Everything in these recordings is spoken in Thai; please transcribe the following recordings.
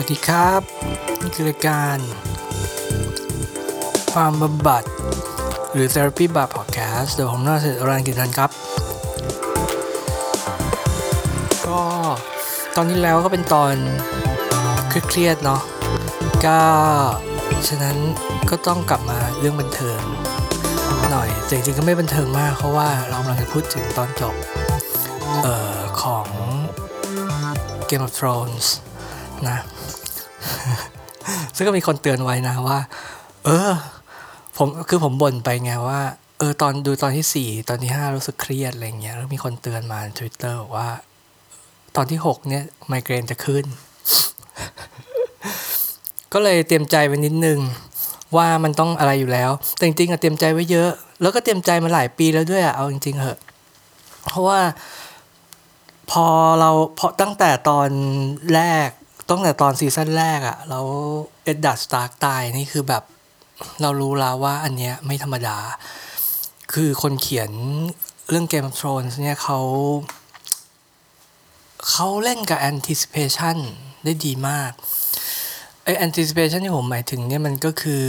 วัสดีครับนี่คือรายการความบำบัดหรือ Therapy Bar Podcast โดยผมนาเศรษฐ์อรัญกิจนันท์ครับก็ตอนนี้แล้วก็เป็นตอนเครียดๆเนาะก็ฉะนั้นก็ต้องกลับมาเรื่องบันเทิงหน่อยแต่จริงๆก็ไม่บันเทิงมากเพราะว่าเรากำลังจะพูดถึงตอนจบของ Game of Thrones นะซึ่งก็มีคนเตือนไว้นะว่าผมบ่นไปไงว่าตอนดูตอนที่4ตอนที่5รู้สึกเครียดอะไรเงี้ยแล้วมีคนเตือนมาใน Twitter บอกว่าตอนที่6เนี่ยไมเกรนจะขึ้น ก็เลยเตรียมใจไว้นิดนึงว่ามันต้องอะไรอยู่แล้วแต่จริงๆเตรียมใจไว้เยอะแล้วก็เตรียมใจมาหลายปีแล้วด้วยเอาจริงๆเหอะเพราะว่าพอตั้งแต่ตอนแรกตั้งแต่ตอนซีซั่นแรกแล้วเอ็ดดัส สตาร์กตายนี่คือแบบเรารู้แล้วว่าอันเนี้ยไม่ธรรมดาคือคนเขียนเรื่อง Game of Thrones เนี่ยเขาเล่นกับ anticipation ได้ดีมากไอ้ anticipation ที่ผมหมายถึงเนี่ยมันก็คือ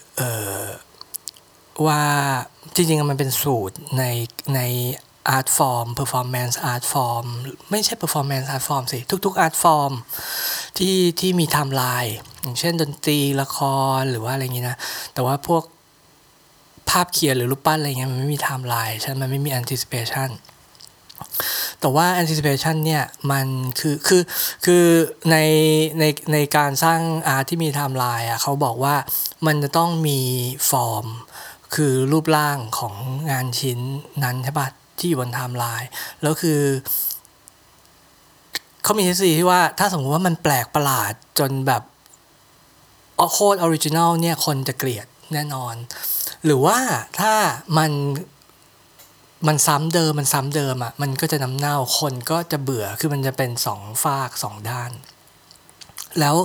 ว่าจริงๆมันเป็นสูตรใน art form performance art form ไม่ใช่ performance art form สิทุกๆ art form ที่มีไทม์ไลน์อย่างเช่นดนตรีละครหรือว่าอะไรอย่างงี้นะแต่ว่าพวกภาพเขียนหรือรูปปั้นอะไรเงี้ยมันไม่มีไทม์ไลน์ใช่มันไม่มี anticipation แต่ว่า anticipation เนี่ยมันคือในการสร้างอาร์ตที่มีไทม์ไลน์เขาบอกว่ามันจะต้องมีฟอร์มคือรูปร่างของงานชิ้นนั้นใช่ป่ะที่อยู่บนไทม์ไลน์แล้วคือเขามีทฤษฎีที่ว่าถ้าสมมติว่ามันแปลกประหลาดจนแบบโคตรออริจินัลเนี่ยคนจะเกลียดแน่นอนหรือว่าถ้ามันซ้ำเดิมมันก็จะน้ำเน่าคนก็จะเบื่อคือมันจะเป็น2ฝาก2ด้านแล้ว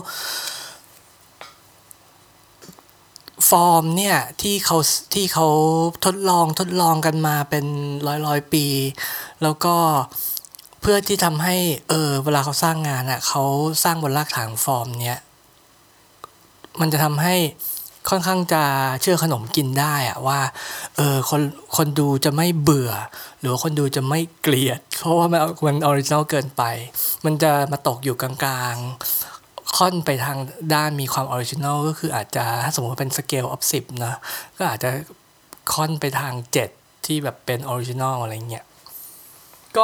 ฟอร์มเนี่ยที่เขาทดลองกันมาเป็นร้อยปีแล้วก็เพื่อที่ทำให้เวลาเขาสร้างงานเขาสร้างบนรากฐานฟอร์มเนี้ยมันจะทำให้ค่อนข้างจะเชื่อขนมกินได้ว่าคนดูจะไม่เบื่อหรือว่าคนดูจะไม่เกลียดเพราะว่ามันออริจินอลเกินไปมันจะมาตกอยู่กลางๆค่อนไปทางด้านมีความออริจินอลก็คืออาจจะถ้าสมมติว่าเป็นสเกลออฟ10นะก็อาจจะค่อนไปทาง7ที่แบบเป็นออริจินอลอะไรเงี้ยก็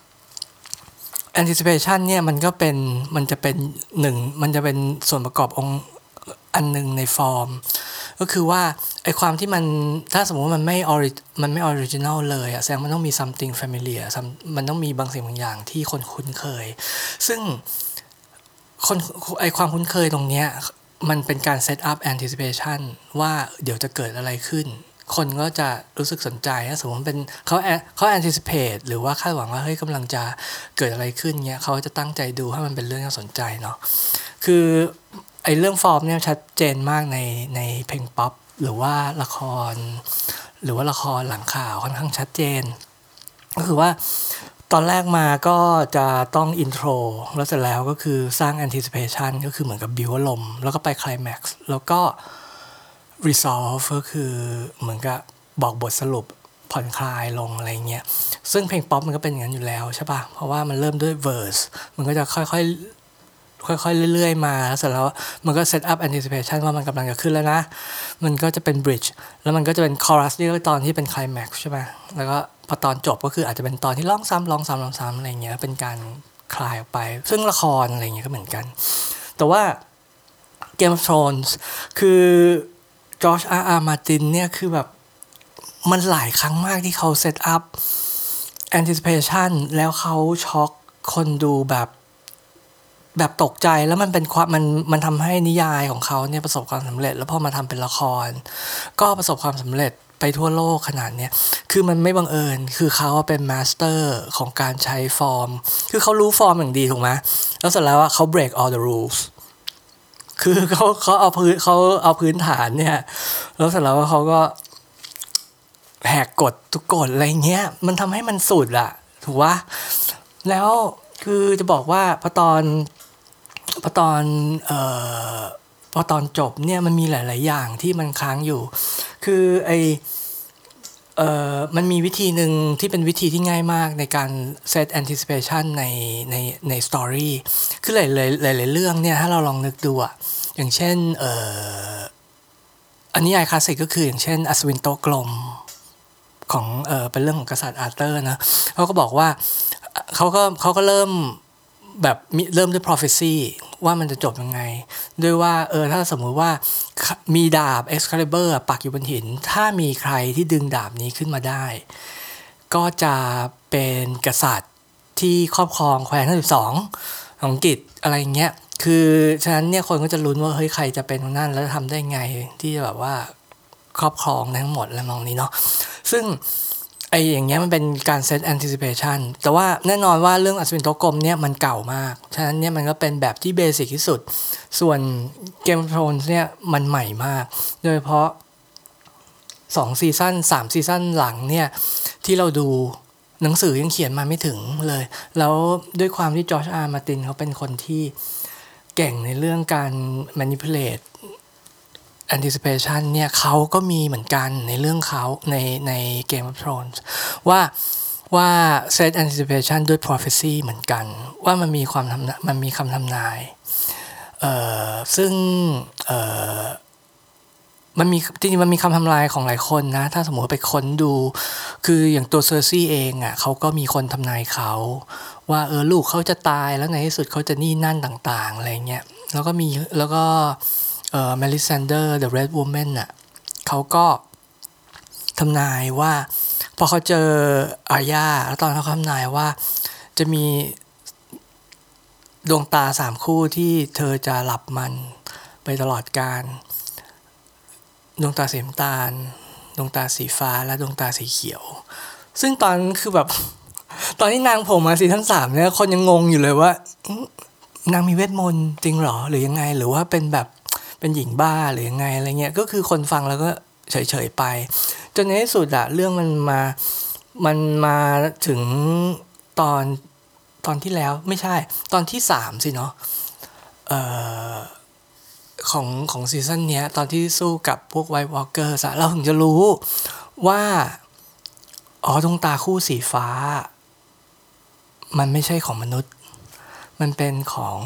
anticipation เนี่ยมันจะเป็นมันจะเป็นส่วนประกอบองค์อันนึงในฟอร์มก็คือว่าไอความที่มันถ้าสมมติว่ามันไม่ออริจินอลเลยแสดงมันต้องมี something familiar มันต้องมีบางสิ่งบางอย่างที่คนคุ้นเคยซึ่งไอความคุ้นเคยตรงเนี้ยมันเป็นการ set up anticipation ว่าเดี๋ยวจะเกิดอะไรขึ้นคนก็จะรู้สึกสนใจถ้าสมมติเป็นเขา anticipate หรือว่าคาดหวังว่าเฮ้ยกำลังจะเกิดอะไรขึ้นเงี้ยเขาจะตั้งใจดูให้มันเป็นเรื่องน่าสนใจเนาะคือไอเรื่องฟอร์มเนี่ยชัดเจนมากในเพลงป๊อปหรือว่าละครหลังข่าวค่อนข้างชัดเจนก็คือว่าตอนแรกมาก็จะต้องอินโทรแล้วเสร็จแล้วก็คือสร้าง anticipation ก็คือเหมือนกับบิวอารมณ์แล้วก็ไป climax แล้วก็ resolve ก็คือเหมือนกับบอกบทสรุปผ่อนคลายลงอะไรเงี้ยซึ่งเพลงป๊อปมันก็เป็นอย่างนั้นอยู่แล้วใช่ป่ะเพราะว่ามันเริ่มด้วย verse มันก็จะค่อยเรื่อยๆมาเสร็จแล้วมันก็ set up anticipation ว่ามันกำลังจะขึ้นแล้วนะมันก็จะเป็น bridge แล้วมันก็จะเป็น chorus นี่ก็ตอนที่เป็น climax ใช่ไหมแล้วก็พอตอนจบก็คืออาจจะเป็นตอนที่ร้องซ้ำอะไรเงี้ยเป็นการคลายออกไปซึ่งละครอะไรเงี้ยก็เหมือนกันแต่ว่า Game of Thrones คือ George R.R. Martin เนี่ยคือแบบมันหลายครั้งมากที่เขา set up anticipation แล้วเขาช็อกคนดูแบบตกใจแล้วมันเป็นความมันทำให้นิยายของเขาเนี่ยประสบความสำเร็จแล้วพอมาทำเป็นละครก็ประสบความสำเร็จไปทั่วโลกขนาดเนี้ยคือมันไม่บังเอิญคือเขาเป็นมาสเตอร์ของการใช้ฟอร์มคือเขารู้ฟอร์มอย่างดีถูกไหมแล้วเสร็จแล้วเขา break all the rules คือเขาเอาพื้นฐานเนี่ยแล้วเสร็จแล้วเขาก็แหกกฎทุกกฎอะไรเงี้ยมันทำให้มันสุดถูกปะแล้วคือจะบอกว่าพอตอนพอตอนพอตอนจบเนี่ยมันมีหลายๆอย่างที่มันค้างอยู่คือมันมีวิธีหนึ่งที่เป็นวิธีที่ง่ายมากในการ set anticipation ใน story คือหลายเรื่องเนี่ยถ้าเราลองนึกดูอะอย่างเช่นอันนี้ไอคลาสสิกก็คืออย่างเช่นอัศวินโต๊ะกลมของเป็นเรื่องของกษัตริย์อาร์เธอร์นะเขาก็บอกว่าเขาก็เริ่มแบบเริ่มด้วย prophecy ว่ามันจะจบยังไงด้วยว่าถ้าสมมุติว่ามีดาบ Excalibur ปักอยู่บนหินถ้ามีใครที่ดึงดาบนี้ขึ้นมาได้ก็จะเป็นกษัตริย์ที่ครอบครองแคว้นทั้ง12ของอังกฤษอะไรเงี้ยคือฉะนั้นเนี่ยคนก็จะลุ้นว่าเฮ้ยใครจะเป็นนั่นแล้วทำได้ไงที่จะแบบว่าครอบครองทั้งหมดอะไรมองนี้เนาะซึ่งอย่างเงี้ยมันเป็นการเซต anticipation แต่ว่าแน่นอนว่าเรื่องอัศวินโต๊ะกลมเนี่ยมันเก่ามากฉะนั้นเนี่ยมันก็เป็นแบบที่เบสิกที่สุดส่วน Game of Thrones เนี่ยมันใหม่มากโดยเฉพาะ2ซีซั่น3ซีซั่นหลังเนี่ยที่เราดูหนังสือยังเขียนมาไม่ถึงเลยแล้วด้วยความที่จอร์จ อาร์ มาร์ตินเขาเป็นคนที่เก่งในเรื่องการ manipulate anticipation เนี่ยเขาก็มีเหมือนกันในเรื่องเขาใน Game of Thrones ว่า set anticipation ด้วย prophecy เหมือนกันว่ามันมีคำทำนายซึ่งมันมีจริงๆมันมีคำทำนายของหลายคนนะถ้าสมมติไปค้นดูคืออย่างตัวเซอร์ซี่เองอ่ะเขาก็มีคนทำนายเขาว่าลูกเขาจะตายแล้วในที่สุดเขาจะนี่นั่นต่างๆอะไรเงี้ยแล้วก็Melisandre the Red Woman น่ะเขาก็ทำนายว่าพอเขาเจออาญาแล้วตอนเขาทำนายว่าจะมีดวงตา3คู่ที่เธอจะหลับมันไปตลอดกาลดวงตาสีน้ำตาลดวงตาสีฟ้าและดวงตาสีเขียวซึ่งตอนคือแบบตอนที่นางโผล่มาซีซั่น3เนี่ยคนยังงงอยู่เลยว่านางมีเวทมนต์จริงหรอหรือยังไงหรือว่าเป็นแบบเป็นหญิงบ้าหรือยังไงอะไรเงี้ยก็คือคนฟังแล้วก็เฉยๆไปจนในที่สุดอะเรื่องมันมาถึงตอนที่แล้วไม่ใช่ตอนที่3สิเนาะของซีซั่นเนี้ยตอนที่สู้กับพวกไวท์วอล์กเกอร์เราถึงจะรู้ว่าดวงตาคู่สีฟ้ามันไม่ใช่ของมนุษย์มันเป็นของ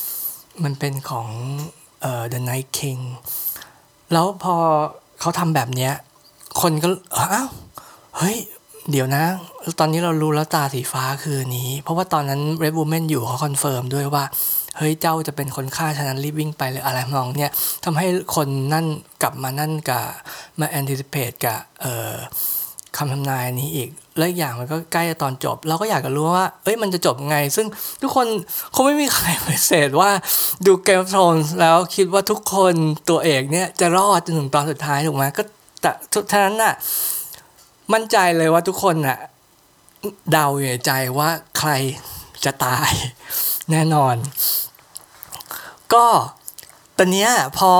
The Night King แล้วพอเขาทำแบบเนี้ยคนก็เฮ้ยเดี๋ยวนะตอนนี้เรารู้แล้วตาสีฟ้าคือนี้เพราะว่าตอนนั้น Red Woman อยู่เขาคอนเฟิร์มด้วยว่าเฮ้ยเจ้าจะเป็นคนฆ่าฉะนั้นรีบวิ่งไปเลยอะไรมองเนี่ยทำให้คนนั่นกลับมานั่นกับมา anticipate กับคำทำนายนี้อีกและอีกอย่างมันก็ใกล้ตอนจบเราก็อยากจะรู้ว่ามันจะจบไงซึ่งทุกคนคงไม่มีใครปฏิเสธว่าดู Game of Thrones แล้วคิดว่าทุกคนตัวเอกเนี่ยจะรอดจนถึงตอนสุดท้ายถูกไหมก็แต่ทุกท่านน่ะมั่นใจเลยว่าทุกคนน่ะเดาอยู่ในใจว่าใครจะตายแน่นอนก็ตอนเนี้ยพอ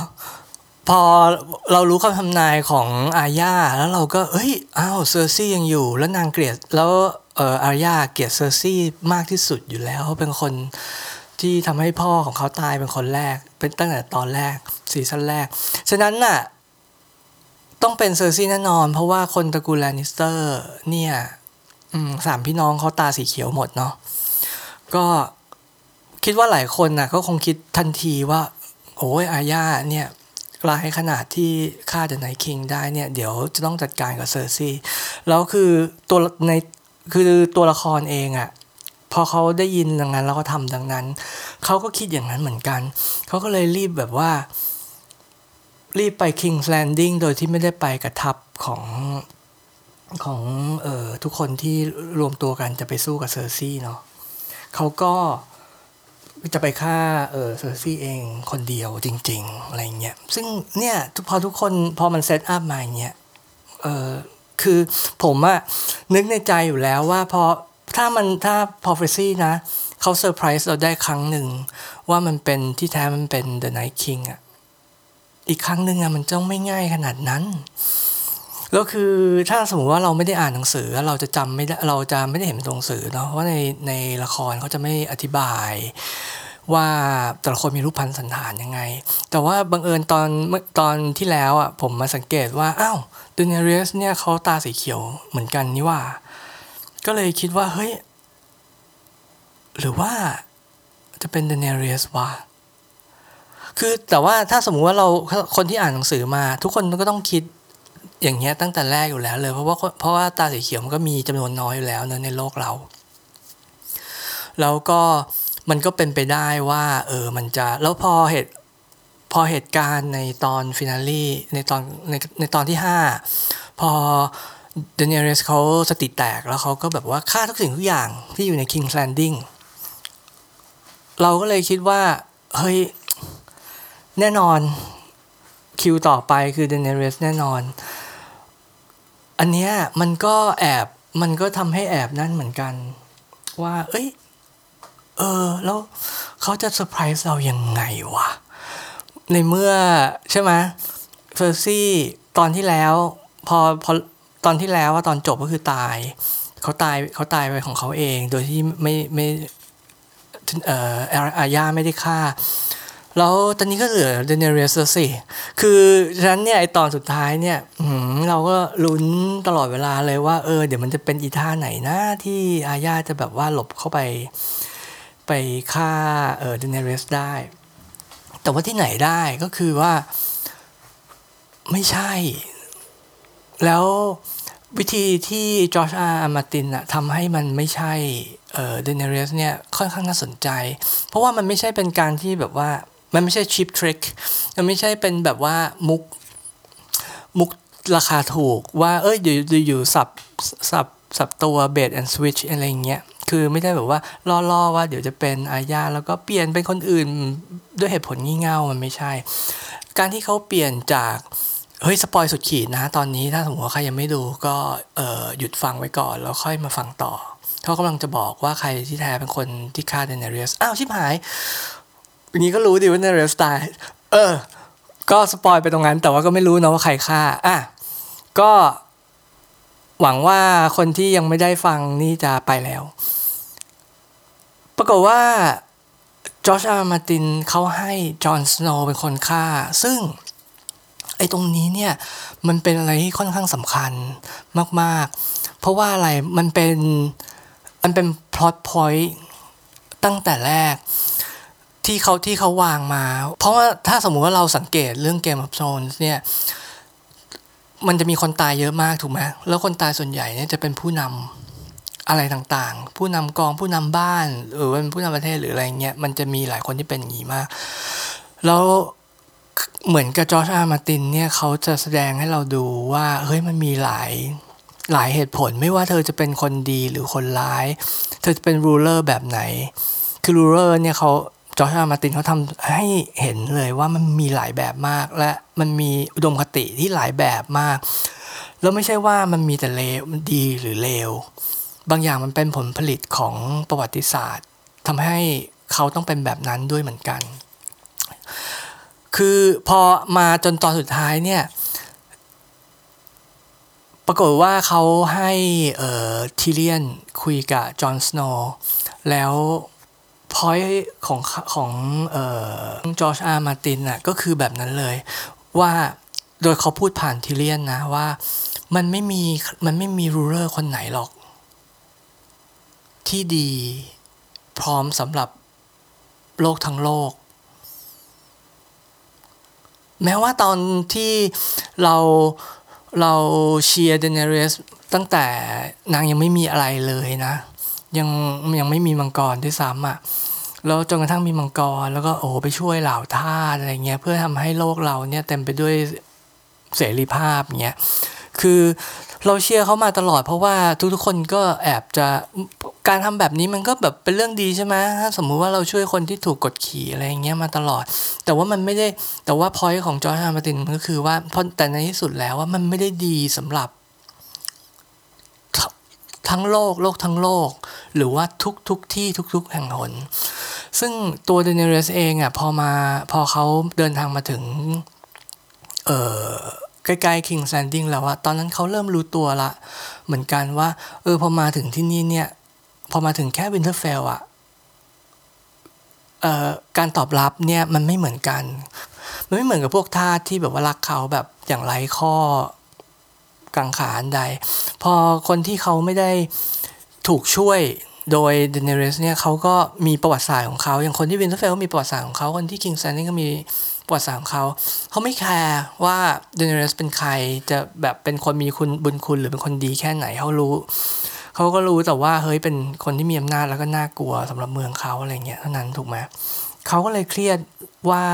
เรารู้คำทำนายของอาญาแล้วเราก็เซอร์ซี่ยังอยู่แล้วนางเกลียดแล้วอาญาเกลียดเซอร์ซี่มากที่สุดอยู่แล้วเขาเป็นคนที่ทำให้พ่อของเขาตายเป็นคนแรกเป็นตั้งแต่ตอนแรกซีซั่นแรกฉะนั้นน่ะต้องเป็นเซอร์ซี่แน่นอนเพราะว่าคนตระกูลแลนนิสเตอร์เนี่ย3พี่น้องเขาตาสีเขียวหมดเนาะก็คิดว่าหลายคนน่ะก็คงคิดทันทีว่าโอ้ยอาญาเนี่ยร้ายขนาดที่ฆ่าเดอะไนท์คิงได้เนี่ยเดี๋ยวจะต้องจัดการกับเซอร์ซี่แล้วคือตัวละครเองอ่ะพอเขาได้ยินดังนั้นแล้วก็ทำดังนั้นเขาก็คิดอย่างนั้นเหมือนกันเขาก็เลยรีบแบบว่ารีบไป King's Landing โดยที่ไม่ได้ไปกับทัพของทุกคนที่รวมตัวกันจะไปสู้กับเซอร์ซี่เนาะเขาก็จะไปฆ่าเซอร์ซี่เองคนเดียวจริงๆอะไรเงี้ยซึ่งเนี่ยพอทุกคนพอมันเซตอัพมาอย่างเงี้ยคือผมอะนึกในใจอยู่แล้วว่าถ้า prophecy นะเขาเซอร์ไพรส์เราได้ครั้งหนึ่งว่ามันเป็นที่แท้มันเป็น The Night King อะอีกครั้งหนึ่งอะมันจ้องไม่ง่ายขนาดนั้นแล้วคือถ้าสมมติว่าเราไม่ได้อ่านหนังสือเราจะจำไม่ได้เราจะไม่ได้เห็นตัวหนังสือเนาะเพราะในละครเขาจะไม่อธิบายว่าแต่ละคนมีรูปพรรณสันฐานยังไงแต่ว่าบังเอิญตอนที่แล้วอ่ะผมมาสังเกตว่าอ้าวเดเนเรียสเนี่ยเขาตาสีเขียวเหมือนกันนี่ว่าก็เลยคิดว่าเฮ้ยหรือว่าจะเป็นเดเนเรียสวะคือแต่ว่าถ้าสมมุติว่าเราคนที่อ่านหนังสือมาทุกคนก็ต้องคิดอย่างเงี้ยตั้งแต่แรกอยู่แล้วเลยเพราะว่าตาสีเขียวมันก็มีจำนวนน้อยอยู่แล้วเนอะในโลกเราแล้วก็มันก็เป็นไปได้ว่ามันจะแล้วพอเหตุการณ์ในตอนฟินาลี่ในตอนที่5พอเดเนเรสเขาสติแตกแล้วเขาก็แบบว่าฆ่าทุกสิ่งทุกอย่างที่อยู่ใน King's Landing เราก็เลยคิดว่าเฮ้ยแน่นอนคิวต่อไปคือเดเนเรสแน่นอนอันเนี้ยมันก็ทำให้แอบนั่นเหมือนกันว่าแล้วเขาจะเซอร์ไพรส์เรายังไงวะในเมื่อใช่ไหมเฟอร์ซี่ตอนที่แล้วพอตอนที่แล้วว่าตอนจบก็คือตายเขาตายไปของเขาเองโดยที่ไม่อาญาไม่ได้ฆ่าแล้วตอนนี้ก็เหลือเดเนเรียสสิคือฉะนั้นเนี่ยไอตอนสุดท้ายเนี่ยเราก็ลุ้นตลอดเวลาเลยว่าเดี๋ยวมันจะเป็นอีท่าไหนนะที่อาญาจะแบบว่าหลบเข้าไปฆ่าเดเนเรียสได้แต่ว่าที่ไหนได้ก็คือว่าไม่ใช่แล้ววิธีที่จอร์จอาร์มาร์ตินทำให้มันไม่ใช่เดเนเรียสเนี่ยค่อนข้างน่าสนใจเพราะว่ามันไม่ใช่เป็นการที่แบบว่ามันไม่ใช่ cheap trick มันไม่ใช่เป็นแบบว่ามุกราคาถูกว่าอยู่สับตัวเบสแอนด์สวิตช์อะไรอย่างเงี้ยคือไม่ได้แบบว่าล่อว่าเดี๋ยวจะเป็นอาญาแล้วก็เปลี่ยนเป็นคนอื่นด้วยเหตุผลงี่เง่ามันไม่ใช่การที่เขาเปลี่ยนจากสปอยสุดขีดนะตอนนี้ถ้าสมมติว่าใครยังไม่ดูก็หยุดฟังไว้ก่อนแล้วค่อยมาฟังต่อเขากำลังจะบอกว่าใครที่แท้เป็นคนที่ฆ่าเดเนเรียสอ้าวชิบหายอย่างนี้ก็รู้ดิว่าเดเนเรียสตายก็สปอยไปตรงนั้นแต่ว่าก็ไม่รู้นะว่าใครฆ่าก็หวังว่าคนที่ยังไม่ได้ฟังนี่จะไปแล้วปรากฏว่าจอร์จอาร์มาร์ตินเขาให้จอห์นสโนว์เป็นคนฆ่าซึ่งไอ้ตรงนี้เนี่ยมันเป็นอะไรที่ค่อนข้างสำคัญมากๆเพราะว่าอะไรมันเป็นพล็อตพอยต์ตั้งแต่แรกที่เขาวางมาเพราะว่าถ้าสมมุติว่าเราสังเกตเรื่อง Game of Thrones เนี่ยมันจะมีคนตายเยอะมากถูกไหมแล้วคนตายส่วนใหญ่เนี่ยจะเป็นผู้นำอะไรต่างๆผู้นำกองผู้นำบ้านหรือเป็นผู้นำประเทศหรืออะไรเงี้ยมันจะมีหลายคนที่เป็นอย่างนี้มากแล้วเหมือนกับจอร์จอาร์มาร์ตินเนี่ยเขาจะแสดงให้เราดูว่าเฮ้ยมันมีหลายเหตุผลไม่ว่าเธอจะเป็นคนดีหรือคนร้ายเธอจะเป็นรูเลอร์แบบไหนคือรูเลอร์เนี่ยเขาจอร์จอาร์มาร์ตินเขาทำให้เห็นเลยว่ามันมีหลายแบบมากและมันมีอุดมคติที่หลายแบบมากแล้วไม่ใช่ว่ามันมีแต่เลวมันดีหรือเลวบางอย่างมันเป็นผลผลิตของประวัติศาสตร์ทำให้เขาต้องเป็นแบบนั้นด้วยเหมือนกันคือพอมาจนตอนสุดท้ายเนี่ยปรากฏว่าเขาให้ทิเลียนคุยกับจอห์นสโนว์แล้วพอยต์ของจอร์จอาร์มาร์ตินน่ะก็คือแบบนั้นเลยว่าโดยเขาพูดผ่านทิเลียนนะว่ามันไม่มีรูเลอร์คนไหนหรอกที่ดีพร้อมสำหรับโลกทั้งโลกแม้ว่าตอนที่เราเชียร์เดเนเรียสตั้งแต่นางยังไม่มีอะไรเลยนะยังไม่มีมังกรด้วยซ้ำแล้วจนกระทั่งมีมังกรแล้วก็ไปช่วยเหล่าทาสอะไรเงี้ยเพื่อทำให้โลกเราเนี่ยเต็มไปด้วยเสรีภาพเงี้ยคือเราเชียร์เขามาตลอดเพราะว่าทุกๆคนก็แอบจะการทำแบบนี้มันก็แบบเป็นเรื่องดีใช่ไหมถ้าสมมุติว่าเราช่วยคนที่ถูกกดขี่อะไรเงี้ยมาตลอดแต่ว่ามันไม่ได้แต่ว่าพอยต์ของจอร์จอาร์มาร์ตินก็คือว่าแต่ในที่สุดแล้วว่ามันไม่ได้ดีสำหรับทั้งโลกทั้งโลกหรือว่าทุกที่ทุกแห่งหนซึ่งตัวเดเนเรียสเองพอเขาเดินทางมาถึงใกล้ๆ King's Landing แล้วตอนนั้นเขาเริ่มรู้ตัวละเหมือนกันว่าพอมาถึงที่นี่เนี่ยพอมาถึงแค่ Winterfell การตอบรับเนี่ยมันไม่เหมือนกันมันไม่เหมือนกับพวกทาสที่แบบว่ารักเขาแบบอย่างไร้ข้อกังขาอันใดพอคนที่เขาไม่ได้ถูกช่วยโดยเดเนเรสเนี่ยเขาก็มีประวัติศาสตร์ของเขาอย่างคนที่วินเทอร์เฟลก็มีประวัติศาสตร์ของเขาคนที่คิงส์แลนดิ้งก็มีประวัติศาสตร์ของเขาไม่แคร์ว่าเดเนเรสเป็นใครจะแบบเป็นคนมีคุณบุญคุณหรือเป็นคนดีแค่ไหนเขาก็รู้แต่ว่าเฮ้ยเป็นคนที่มีอำนาจแล้วก็น่ากลัวสำหรับเมืองเขาอะไรเงี้ยเท่านั้นถูกไหมเขาก็เลยเครียดว่า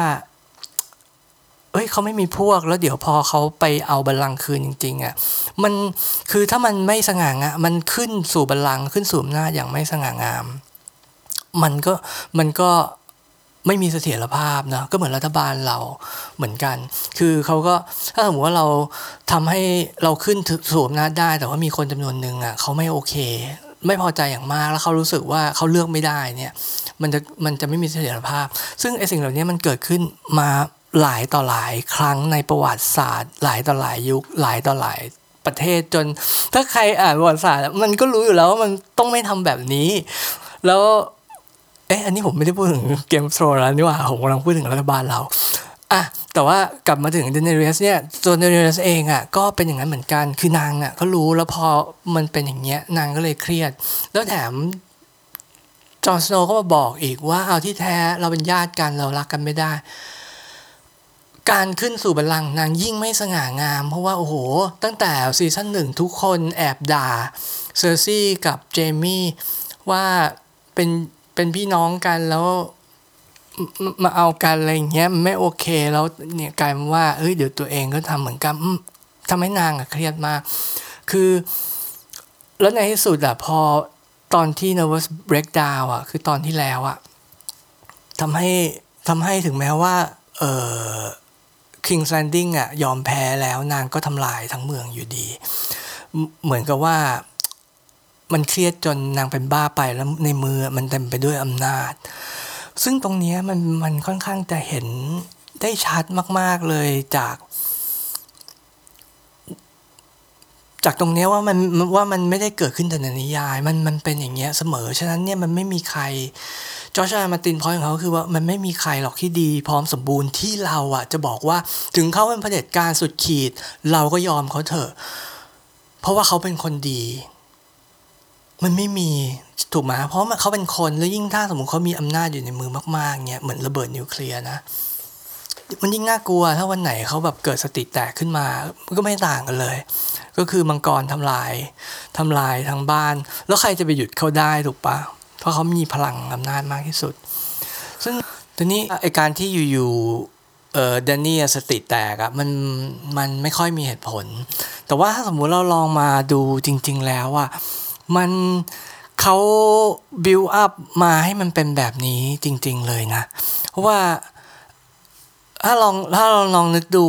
เขาไม่มีพวกแล้วเดี๋ยวพอเขาไปเอาบัลลังก์คืนจริงๆอ่ะมันคือถ้ามันไม่สง่างามมันขึ้นสู่บัลลังก์ขึ้นสู่อำนาจอย่างไม่สง่างามมันก็ไม่มีเสถียรภาพนะก็เหมือนรัฐบาลเราเหมือนกันคือเขาก็ถ้าสมมติว่าเราทำให้เราขึ้นสู่อำนาจได้แต่ว่ามีคนจำนวนหนึ่งอ่ะเขาไม่โอเคไม่พอใจอย่างมากแล้วเขารู้สึกว่าเขาเลือกไม่ได้เนี่ยมันจะไม่มีเสถียรภาพซึ่งไอ้สิ่งเหล่านี้มันเกิดขึ้นมาหลายต่อหลายครั้งในประวัติศาสตร์หลายต่อหลายยุคหลายต่อหลายประเทศจนถ้าใครอ่านประวัติศาสตร์มันก็รู้อยู่แล้วว่ามันต้องไม่ทำแบบนี้แล้วอันนี้ผมไม่ได้พูดถึงเกมโทรแล้วนี่หว่าผมกำลังพูดถึงรัฐบาลเราแต่ว่ากลับมาถึงเดเนเรสเนี่ยตัวเดเนเรสเองก็เป็นอย่างนั้นเหมือนกันคือนางก็รู้แล้วพอมันเป็นอย่างเงี้ยนางก็เลยเครียดแล้วแถมจอห์นสโนว์ก็มาบอกอีกว่าเอาที่แท้เราเป็นญาติกันเรารักกันไม่ได้การขึ้นสู่บัลลังก์นางยิ่งไม่สง่างามเพราะว่าโอ้โหตั้งแต่ซีซั่น1ทุกคนแอบด่าเซอร์ซี่กับเจมี่ว่าเป็นพี่น้องกันแล้วมาเอากันอะไรอย่างเงี้ยมันไม่โอเคแล้วเนี่ยกลายเป็นว่าเดี๋ยวตัวเองก็ทำเหมือนกันทำให้นางเครียดมากคือแล้วในที่สุดพอตอนที่ nervous breakdown คือตอนที่แล้วทำให้ถึงแม้ว่าKing's Landing ยอมแพ้แล้วนางก็ทำลายทั้งเมืองอยู่ดีเหมือนกับว่ามันเครียดจนนางเป็นบ้าไปแล้วในมือมันเต็มไปด้วยอำนาจซึ่งตรงนี้มันค่อนข้างจะเห็นได้ชัดมากๆเลยจากตรงนี้ว่ามันไม่ได้เกิดขึ้นแต่ในนิยายมันเป็นอย่างเงี้ยเสมอฉะนั้นเนี่ยมันไม่มีใครจอร์จ อาร์ มาร์ตินพอยต์ของเขาคือว่ามันไม่มีใครหรอกที่ดีพร้อมสมบูรณ์ที่เราจะบอกว่าถึงเขาเป็นเผด็จการสุดขีดเราก็ยอมเขาเถอะเพราะว่าเขาเป็นคนดีมันไม่มีถูกไหมเพราะเขาเป็นคนแล้วยิ่งถ้าสมมติเขามีอำนาจอยู่ในมือมากๆเนี่ยเหมือนระเบิดนิวเคลียร์นะมันยิ่งน่ากลัวถ้าวันไหนเขาแบบเกิดสติแตกขึ้นมามันก็ไม่ต่างกันเลยก็คือมังกรทำลายทั้งบ้านแล้วใครจะไปหยุดเขาได้ถูกปะเพราะเขามีพลังอำนาจมากที่สุดซึ่งทีนี้ไอการที่อยู่แดนนี่สติแตกมันไม่ค่อยมีเหตุผลแต่ว่าถ้าสมมุติเราลองมาดูจริงๆแล้วมันเขาบิวอัพมาให้มันเป็นแบบนี้จริงๆเลยนะเพราะว่าถ้าเราลองนึกดู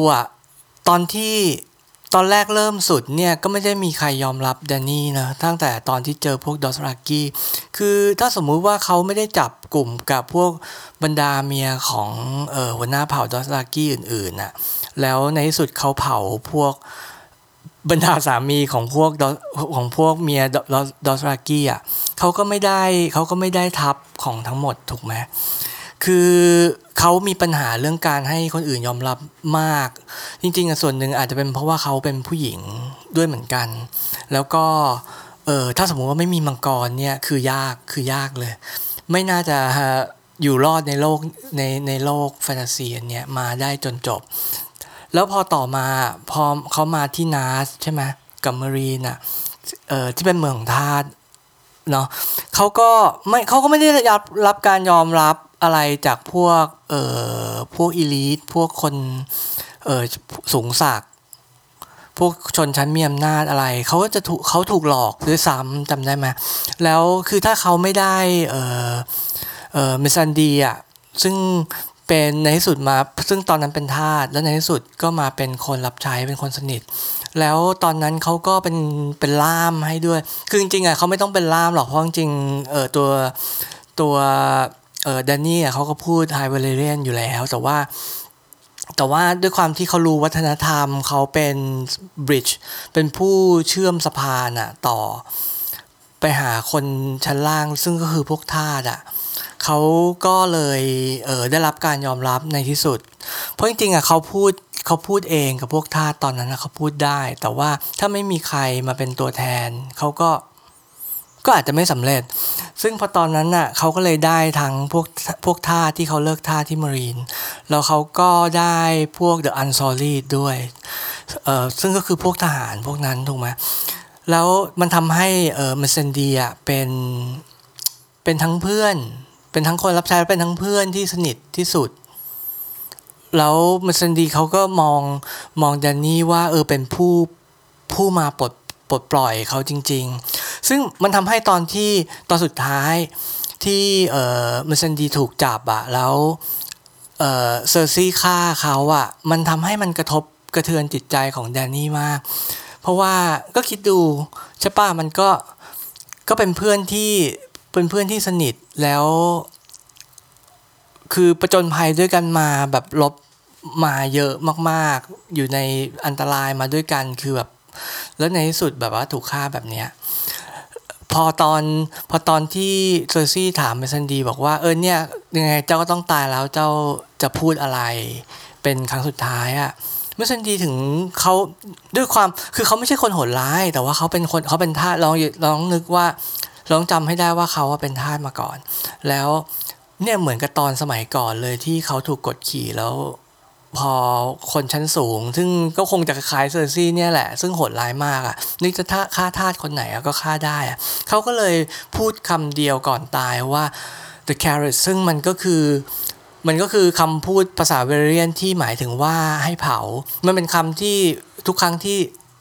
ตอนแรกเริ่มสุดเนี่ยก็ไม่ได้มีใครยอมรับแดนนี่นะตั้งแต่ตอนที่เจอพวกดอสรากี้คือถ้าสมมุติว่าเขาไม่ได้จับกลุ่มกับพวกบรรดาเมียของหัวหน้าเผ่าดอสรากี้อื่นๆแล้วในที่สุดเขาเผาพวกบรรดาสามีของพวกเมียดอสรากี้เขาก็ไม่ได้ทับของทั้งหมดถูกไหมคือเขามีปัญหาเรื่องการให้คนอื่นยอมรับมากจริงๆส่วนหนึ่งอาจจะเป็นเพราะว่าเขาเป็นผู้หญิงด้วยเหมือนกันแล้วก็ถ้าสมมุติว่าไม่มีมังกรเนี่ยคือยากเลยไม่น่าจะอยู่รอดในโลกแฟนตาซีเนี่ยมาได้จนจบแล้วพอต่อมาพอเขามาที่นาสใช่ไหมกับมารีนที่เป็นเมืองของทาสเนาะเขาก็ไม่ได้รับการยอมรับอะไรจากพวกอีลิทพวกคนสูงศักดิ์พวกชนชั้นมีอำนาจอะไรเขาถูกหลอกด้วยซ้ำจำได้ไหมแล้วคือถ้าเขาไม่ได้เมซันดีซึ่งเป็นในที่สุดมาซึ่งตอนนั้นเป็นทาสแล้วในที่สุดก็มาเป็นคนรับใช้เป็นคนสนิทแล้วตอนนั้นเขาก็เป็นล่ามให้ด้วยคือจริงๆเขาไม่ต้องเป็นล่ามหรอกเพราะจริงๆตัวแดนนี่เขาก็พูดไฮเวเลเรียนอยู่แล้วแต่ว่าด้วยความที่เขารู้วัฒนธรรมเขาเป็นบริดจ์เป็นผู้เชื่อมสะพานต่อไปหาคนชั้นล่างซึ่งก็คือพวกทาสเขาก็เลยได้รับการยอมรับในที่สุดเพราะจริงๆอ่ะเขาพูดเองกับพวกทาสตอนนั้นนะเขาพูดได้แต่ว่าถ้าไม่มีใครมาเป็นตัวแทนเขาก็อาจจะไม่สำเร็จซึ่งพอตอนนั้นน่ะเขาก็เลยได้ทั้งพวกทาสที่เขาเลิกทาสที่มารีนแล้วเขาก็ได้พวก The Unsullied ด้วยซึ่งก็คือพวกทหารพวกนั้นถูกไหมแล้วมันทำให้เมสเซนดีอ่ะเป็นทั้งเพื่อนเป็นทั้งคนรับใช้เป็นทั้งเพื่อนที่สนิทที่สุดแล้วเมสเซนดีเขาก็มองแดนนี่ว่าเป็นผู้มาปลดปล่อยเขาจริงๆซึ่งมันทำให้ตอนสุดท้ายที่เมสเซนดีถูกจับอะแล้วเซอร์ซี่ฆ่าเขาอะมันทำให้มันกระเทือนจิตใจของแดนนี่มากเพราะว่าก็คิดดูใช่ป่ะมันก็เป็นเพื่อนที่สนิทแล้วคือประจนภัยด้วยกันมาแบบลบมาเยอะมากๆอยู่ในอันตรายมาด้วยกันคือแบบแล้วในที่สุดแบบว่าถูกฆ่าแบบเนี้ยพอตอนที่เซอร์ซี่ถามเมซันดีบอกว่าเนี่ยยังไงเจ้าก็ต้องตายแล้วเจ้าจะพูดอะไรเป็นครั้งสุดท้ายอะเมซันดีถึงเขาด้วยความคือเขาไม่ใช่คนโหดร้ายแต่ว่าเขาเป็นทาสลองนึกว่าลองจำให้ได้ว่าเขาเป็นทาสมาก่อนแล้วเนี่ยเหมือนกับตอนสมัยก่อนเลยที่เขาถูกกดขี่แล้วพอคนชั้นสูงซึ่งก็คงจะคล้ายเซอร์ซี่เนี่ยแหละซึ่งโหดร้ายมากอ่ะนี่จะฆ่าทาสคนไหนก็ฆ่าได้อ่ะเขาก็เลยพูดคำเดียวก่อนตายว่า the carrot ซึ่งมันก็คือคำพูดภาษาเวเรียนที่หมายถึงว่าให้เผามันเป็นคำที่ทุกครั้งที่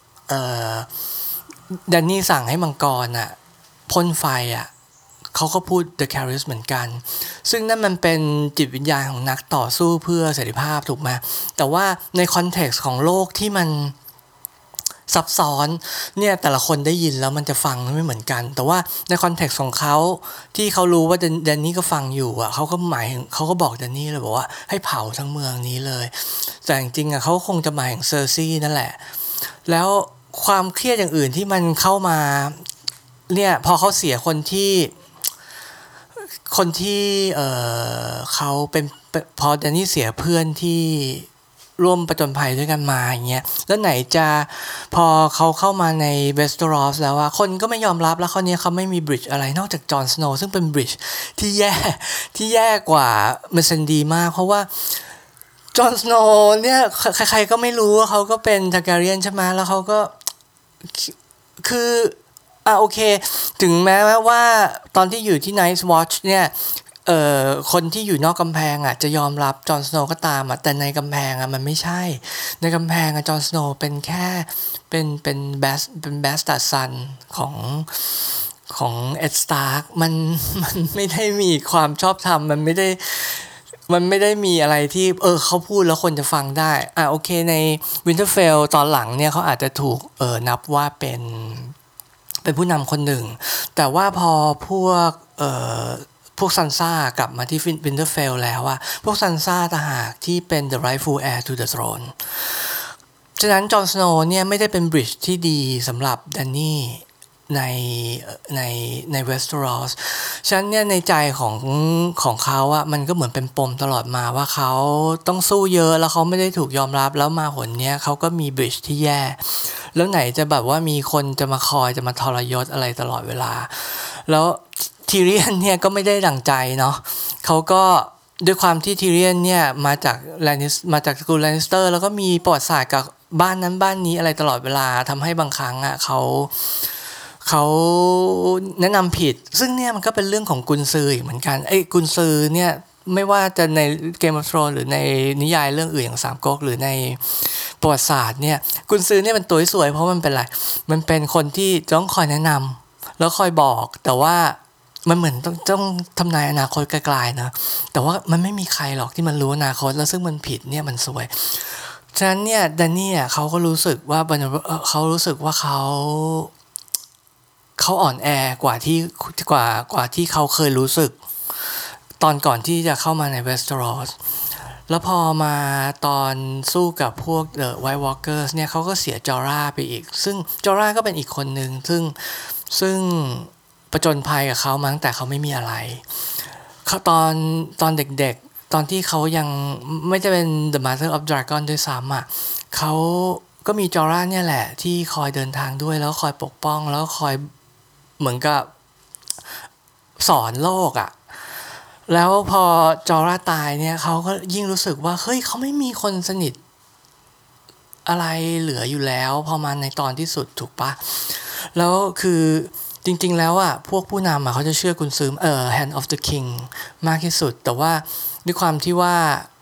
แดนนี่สั่งให้มังกรอ่ะพ่นไฟอ่ะเขาก็พูด The Carriers เหมือนกันซึ่งนั่นมันเป็นจิตวิญญาณของนักต่อสู้เพื่อเสรีภาพถูกไหมแต่ว่าในคอนเท็กซ์ของโลกที่มันซับซ้อนเนี่ยแต่ละคนได้ยินแล้วมันจะฟังไม่เหมือนกันแต่ว่าในคอนเท็กซ์ของเขาที่เขารู้ว่าแดนนี่ก็ฟังอยู่อ่ะเขาก็บอกแดนนี่เลยบอกว่าให้เผาทั้งเมืองนี้เลยแต่จริงๆอ่ะเขาคงจะหมายถึงเซอร์ซี่นั่นแหละแล้วความเครียดอย่างอื่นที่มันเข้ามาเนี่ยพอเขาเสียคนที่เขาเป็นพอแดนนี่เสียเพื่อนที่ร่วมประจนภัยด้วยกันมาอย่างเงี้ยแล้วไหนจะพอเขาเข้ามาในเวสเทอรอสแล้วว่าคนก็ไม่ยอมรับแล้วคราวนี้เขาไม่มีบริดจ์อะไรนอกจากจอห์นสโนว์ซึ่งเป็นบริดจ์ที่แย่กว่าเมสเซนดีมากเพราะว่าจอห์นสโนว์เนี่ยใครๆก็ไม่รู้ว่าเขาก็เป็นทาร์แกเรียนใช่ไหมแล้วเขาก็คือโอเคถึงแม้ว่าตอนที่อยู่ที่ Night's Watch เนี่ยคนที่อยู่นอกกำแพงจะยอมรับจอห์นสโนว์ก็ตามแต่ในกำแพงมันไม่ใช่ในกำแพงจอห์นสโนว์เป็นแค่เป็นแบสตัดซันของเอ็ดสตาร์กมันไม่ได้มีความชอบธรรมมันไม่ได้มีอะไรที่เขาพูดแล้วคนจะฟังได้โอเคใน Winterfell ตอนหลังเนี่ยเขาอาจจะถูกนับว่าเป็นผู้นำคนหนึ่งแต่ว่าพอพวกซันซ่ากลับมาที่วินเทอร์เฟลแล้วพวกซันซ่าต่างหากที่เป็น the rightful heir to the throne ฉะนั้นจอห์นสโนว์เนี่ยไม่ได้เป็นบริดจ์ที่ดีสำหรับแดนนี่ในเวสเทอรอสฉะนั้นเนี่ยในใจของเขามันก็เหมือนเป็นปมตลอดมาว่าเขาต้องสู้เยอะแล้วเขาไม่ได้ถูกยอมรับแล้วมาหนเนี้ยเขาก็มีบริดจ์ที่แย่แล้วไหนจะแบบว่ามีคนจะมาคอยจะมาทรยศอะไรตลอดเวลาแล้วทีเรียนเนี่ยก็ไม่ได้ดั่งใจเนาะเขาก็ด้วยความที่ทีเรียนเนี่ยมาจากตระกูลแลนนิสเตอร์แล้วก็มีประวัติศาสตร์กับบ้านนั้นบ้านนี้อะไรตลอดเวลาทำให้บางครั้งเขาแนะนำผิดซึ่งเนี่ยมันก็เป็นเรื่องของกุนซืออีกเหมือนกันกุนซือเนี่ยไม่ว่าจะใน Game of Thrones หรือในนิยายเรื่องอื่นอย่างสามก๊กหรือในประวัติศาสตร์เนี่ยกุนซือเนี่ยเป็นตัวที่สวยเพราะมันเป็นอะไรมันเป็นคนที่ต้องคอยแนะนำแล้วคอยบอกแต่ว่ามันเหมือนต้องทำนายอนาคตไกลๆนะแต่ว่ามันไม่มีใครหรอกที่มันรู้อนาคตแล้วซึ่งมันผิดเนี่ยมันสวยฉะนั้นเนี่ยแดนนี่เขาก็รู้สึกว่าเขารู้สึกว่าเขาอ่อนแอกว่าที่เขาเคยรู้สึกตอนก่อนที่จะเข้ามาในเวสเทอรอสแล้วพอมาตอนสู้กับพวกWhite Walkers เนี่ยเขาก็เสียจอร่าไปอีกซึ่งจอร่าก็เป็นอีกคนหนึ่งซึ่งประจนภัยกับเขามาตั้งแต่เขาไม่มีอะไรเขาตอนเด็กๆตอนที่เขายังไม่จะเป็น The Master of Dragon ด้วยซ้ำอ่ะเขาก็มีจอร่าเนี่ยแหละที่คอยเดินทางด้วยแล้วคอยปกป้องแล้วคอยเหมือนกับสอนโลกอ่ะแล้วพอจอร่าตายเนี่ยเขาก็ยิ่งรู้สึกว่าเฮ้ยเขาไม่มีคนสนิทอะไรเหลืออยู่แล้วพอมาในตอนที่สุดถูกปะแล้วคือจริงๆแล้วอ่ะพวกผู้นำอ่ะเขาจะเชื่อกุนซือHand of the King มากที่สุดแต่ว่าด้วยความที่ว่า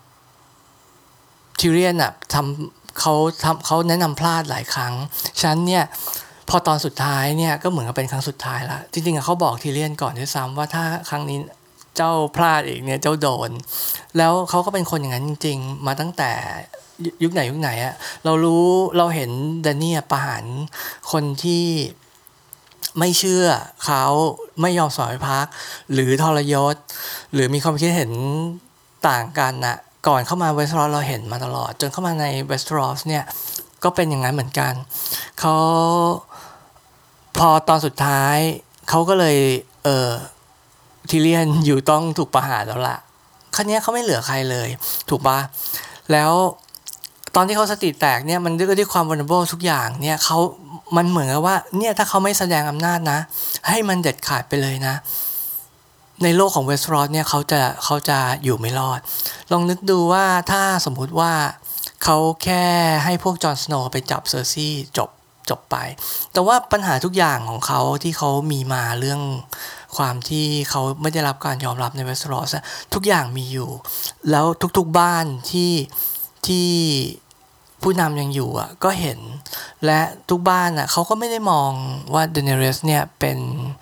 ทิเรียนอ่ะเขาแนะนำพลาดหลายครั้งฉะนั้นเนี่ยพอตอนสุดท้ายเนี่ยก็เหมือนกับเป็นครั้งสุดท้ายละจริงๆอ่ะเขาบอกทิเรียนก่อนด้วยซ้ำว่าถ้าครั้งนี้เจ้าพลาดอีกเนี่ยเจ้าโดนแล้วเขาก็เป็นคนอย่างนั้นจริงๆมาตั้งแต่ยุคไหนอะเราเห็นแดนนี่ประหารคนที่ไม่เชื่อเขาไม่ยอมสอนพักหรือทรยศหรือมีความคิดเห็นต่างกันนะก่อนเข้ามาเวสต์รอสเราเห็นมาตลอดจนเข้ามาในเวสต์รอสเนี่ยก็เป็นอย่างนั้นเหมือนกันเขาพอตอนสุดท้ายเขาก็เลยทิเลียนอยู่ต้องถูกประหารแล้วล่ะครั้งนี้เขาไม่เหลือใครเลยถูกปะแล้วตอนที่เขาสติแตกเนี่ยมันด้วยความ vulnerable ทุกอย่างเนี่ยมันเหมือนกับว่าเนี่ยถ้าเขาไม่แสดงอำนาจนะให้มันเด็ดขาดไปเลยนะในโลกของเวสต์รอสเนี่ยเขาจะอยู่ไม่รอดลองนึกดูว่าถ้าสมมุติว่าเขาแค่ให้พวกจอห์นสโนว์ไปจับเซอร์ซี่จบไปแต่ว่าปัญหาทุกอย่างของเขาที่เขามีมาเรื่องความที่เขาไม่ได้รับการยอมรับในเวสต์รอสทุกอย่างมีอยู่แล้วทุกๆบ้านที่ผู้นำยังอยู่อ่ะก็เห็นและทุกบ้านอ่ะเขาก็ไม่ได้มองว่าเดเนเรสเนี่ยเป็น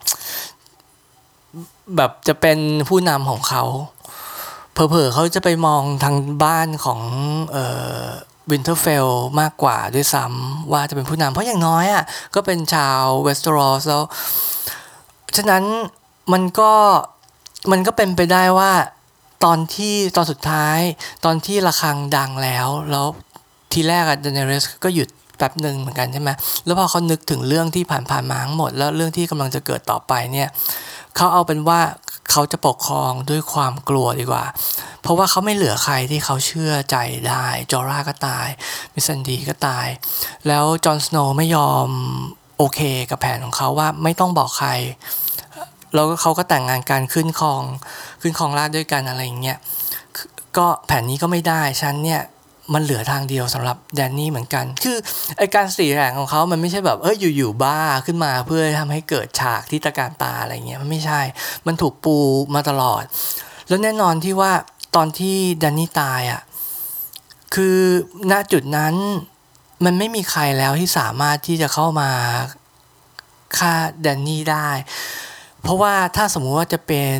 แบบจะเป็นผู้นำของเขาเผลอๆเขาจะไปมองทางบ้านของวินเทอร์เฟลมากกว่าด้วยซ้ำว่าจะเป็นผู้นำเพราะอย่างน้อยอ่ะก็เป็นชาวเวสต์รอสแล้วฉะนั้นมันก็เป็นไปได้ว่าตอนสุดท้ายตอนที่ระฆังดังแล้วทีแรกอะเดเนเรสก็หยุดแป๊บหนึ่งเหมือนกันใช่ไหมแล้วพอเขานึกถึงเรื่องที่ผ่านมาทั้งหมดแล้วเรื่องที่กำลังจะเกิดต่อไปเนี่ยเขาเอาเป็นว่าเขาจะปกครองด้วยความกลัวดีกว่าเพราะว่าเขาไม่เหลือใครที่เขาเชื่อใจได้จอร่าก็ตายมิสซันดีก็ตายแล้วจอห์นสโนว์ไม่ยอมโอเคกับแผนของเขาว่าไม่ต้องบอกใครแล้วเขาก็แต่งงานกันขึ้นครองราชย์ด้วยกันอะไรอย่างเงี้ยก็แผนนี้ก็ไม่ได้ฉันเนี่ยมันเหลือทางเดียวสำหรับแดนนี่เหมือนกันคือไอการสีแหลงของเขามันไม่ใช่แบบอยู่บ้าขึ้นมาเพื่อทำให้เกิดฉากที่ตะการตาอะไรเงี้ยมันไม่ใช่มันถูกปูมาตลอดแล้วแน่นอนที่ว่าตอนที่แดนนี่ตายอ่ะคือณจุดนั้นมันไม่มีใครแล้วที่สามารถที่จะเข้ามาฆ่าแดนนี่ได้เพราะว่าถ้าสมมุติว่าจะเป็น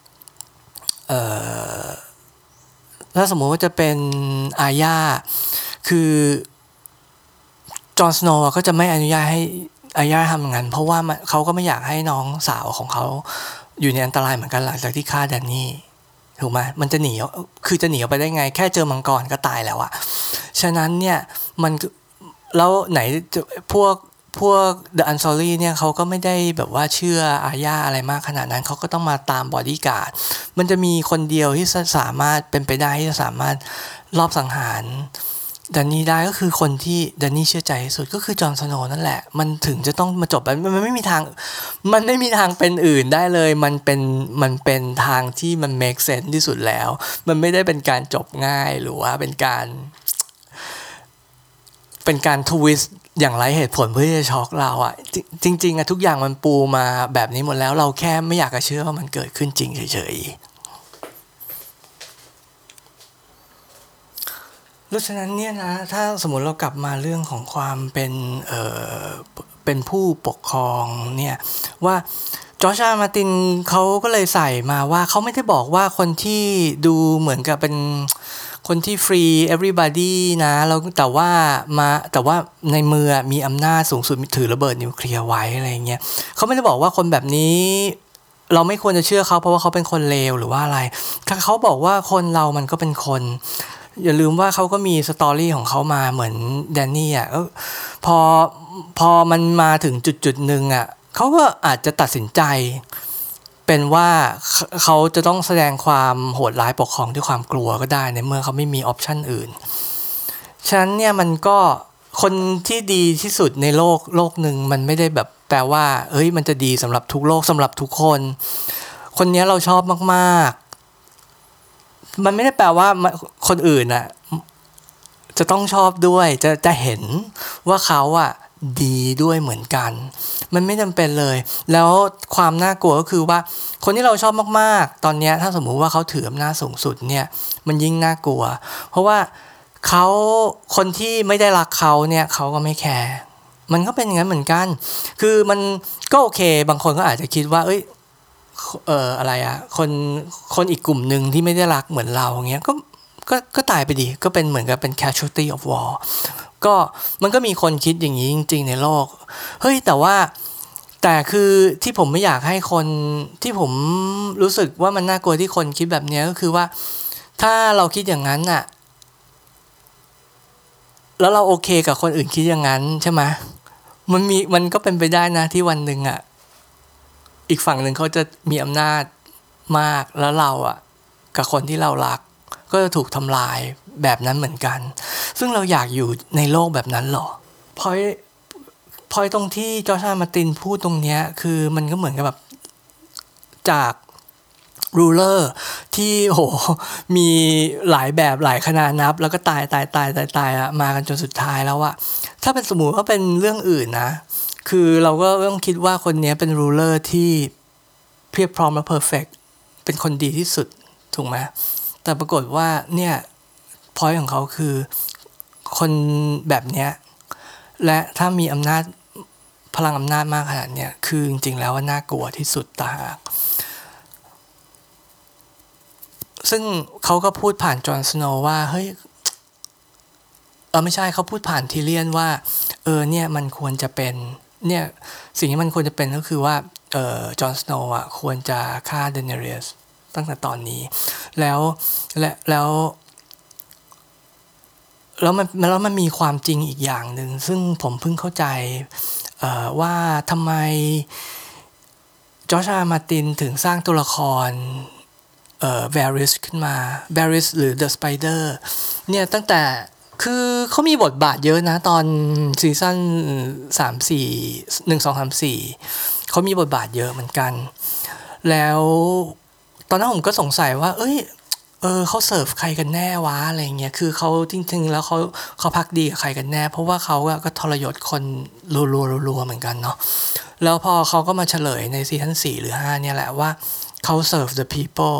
ถ้าสมมติว่าจะเป็นอาญาคือจอห์นสโนว์ก็จะไม่อนุญาตให้อาญาทำอย่างนั้นเพราะว่าเขาก็ไม่อยากให้น้องสาวของเขาอยู่ในอันตรายเหมือนกันหลังจากที่ฆ่าแดนนี่ถูกไหมมันจะหนีคือจะหนีออกไปได้ไงแค่เจอมังกรก็ตายแล้วอะฉะนั้นเนี่ยมันแล้วไหนพวก The Unsullied เนี่ยเขาก็ไม่ได้แบบว่าเชื่ออาญาอะไรมากขนาดนั้นเขาก็ต้องมาตามบอดี้การ์ดมันจะมีคนเดียวที่สามารถเป็นไปได้ที่จะสามารถลอบสังหารแดนนี่ได้ก็คือคนที่แดนนี่เชื่อใจที่สุดก็คือจอห์นสโนว์นั่นแหละมันถึงจะต้องมาจบแบบมันไม่มีทางเป็นอื่นได้เลยมันเป็นทางที่มัน make sense ที่สุดแล้วมันไม่ได้เป็นการจบง่ายหรือว่าเป็นการทวิสต์อย่างไรเหตุผลเพื่อจะช็อกเราอ่ะจริงๆอะทุกอย่างมันปูมาแบบนี้หมดแล้วเราแค่ไม่อยากจะเชื่อว่ามันเกิดขึ้นจริงเฉยๆดังนั้นเนี่ยนะถ้าสมมติเรากลับมาเรื่องของความเป็นผู้ปกครองเนี่ยว่าจอร์จ มาร์ตินเขาก็เลยใส่มาว่าเขาไม่ได้บอกว่าคนที่ดูเหมือนกับเป็นคนที่ฟรี everybody นะแล้วแต่ว่าในมือมีอำนาจสูงสุดถือระเบิดนิวเคลียร์ไว้อะไรเงี้ยเขาไม่ได้บอกว่าคนแบบนี้เราไม่ควรจะเชื่อเขาเพราะว่าเขาเป็นคนเลวหรือว่าอะไรเขาบอกว่าคนเรามันก็เป็นคนอย่าลืมว่าเขาก็มีสตอรี่ของเขามาเหมือนแดนนี่อ่ะพอมันมาถึงจุดหนึ่งอ่ะเขาก็อาจจะตัดสินใจเป็นว่าเขาจะต้องแสดงความโหดร้ายปกครองด้วยความกลัวก็ได้ในเมื่อเขาไม่มีออปชันอื่นฉะนั้นเนี่ยมันก็คนที่ดีที่สุดในโลกหนึ่งมันไม่ได้แบบแปลว่ามันจะดีสำหรับทุกโลกสำหรับทุกคนคนนี้เราชอบมากๆมันไม่ได้แปลว่าคนอื่นน่ะจะต้องชอบด้วยจะเห็นว่าเขาดีด้วยเหมือนกันมันไม่จำเป็นเลยแล้วความน่ากลัวก็คือว่าคนที่เราชอบมากๆตอนนี้ถ้าสมมุติว่าเขาถืออำนาจสูงสุดเนี่ยมันยิ่งน่ากลัวเพราะว่าคนที่ไม่ได้รักเขาเนี่ยเขาก็ไม่แคร์มันก็เป็นอย่างนั้นเหมือนกันคือมันก็โอเคบางคนก็อาจจะคิดว่าอะไรคนอีกกลุ่มหนึ่งที่ไม่ได้รักเหมือนเราเงี้ยก็ตายไปดิก็เป็นเหมือนกับเป็น casualty of war ก็มันก็มีคนคิดอย่างนี้จริงๆในโลกแต่คือที่ผมไม่อยากให้คนที่ผมรู้สึกว่ามันน่ากลัวที่คนคิดแบบนี้ก็คือว่าถ้าเราคิดอย่างนั้นน่ะแล้วเราโอเคกับคนอื่นคิดอย่างนั้นใช่ไหมมันก็เป็นไปได้นะที่วันหนึ่งอีกฝั่งหนึ่งเขาจะมีอำนาจมากแล้วเรากับคนที่เรารักก็จะถูกทำลายแบบนั้นเหมือนกันซึ่งเราอยากอยู่ในโลกแบบนั้นหรอพอยตรงที่จอร์จ มาร์ตินพูดตรงเนี้ยคือมันก็เหมือนกับแบบจากรูเลอร์ที่มีหลายแบบหลายขนาดนับแล้วก็ตายมากันจนสุดท้ายแล้วถ้าเป็นสมมุติว่าเป็นเรื่องอื่นนะคือเราก็ต้องคิดว่าคนนี้เป็นรูเลอร์ที่เพียบพร้อมและเพอร์เฟกต์เป็นคนดีที่สุดถูกไหมแต่ปรากฏว่าเนี่ยพอยต์ของเขาคือคนแบบเนี้ยและถ้ามีพลังอำนาจมากขนาดเนี้ยคือจริงๆแล้วว่าน่ากลัวที่สุดต่างหากซึ่งเขาก็พูดผ่านจอห์นสโนว์ว่าเฮ้ยไม่ใช่เขาพูดผ่านทีเลียนว่าเนี่ยมันควรจะเป็นเนี่ยสิ่งที่มันควรจะเป็นก็คือว่าจอห์นสโนว์ควรจะฆ่าเดเนเรียสตั้งแต่ตอนนี้แล้วมันมีความจริงอีกอย่างหนึ่งซึ่งผมเพิ่งเข้าใจว่าทำไมจอร์จ มาร์ตินถึงสร้างตัวละครVarys ขึ้นมา Varys หรือ The Spider เนี่ยตั้งแต่คือเขามีบทบาทเยอะนะตอนซีซั่น1 2 3 4เขามีบทบาทเยอะเหมือนกันแล้วตอนนั้นผมก็สงสัยว่าเขาเสิร์ฟใครกันแน่วะอะไรเงี้ยคือเขาจริงๆแล้วเขาพักดีกับใครกันแน่เพราะว่าเขาก็ทรยศคนรัวๆเหมือนกันเนาะแล้วพอเขาก็มาเฉลยในซีซั่น4หรือ5เนี่ยแหละว่าเขา serve the people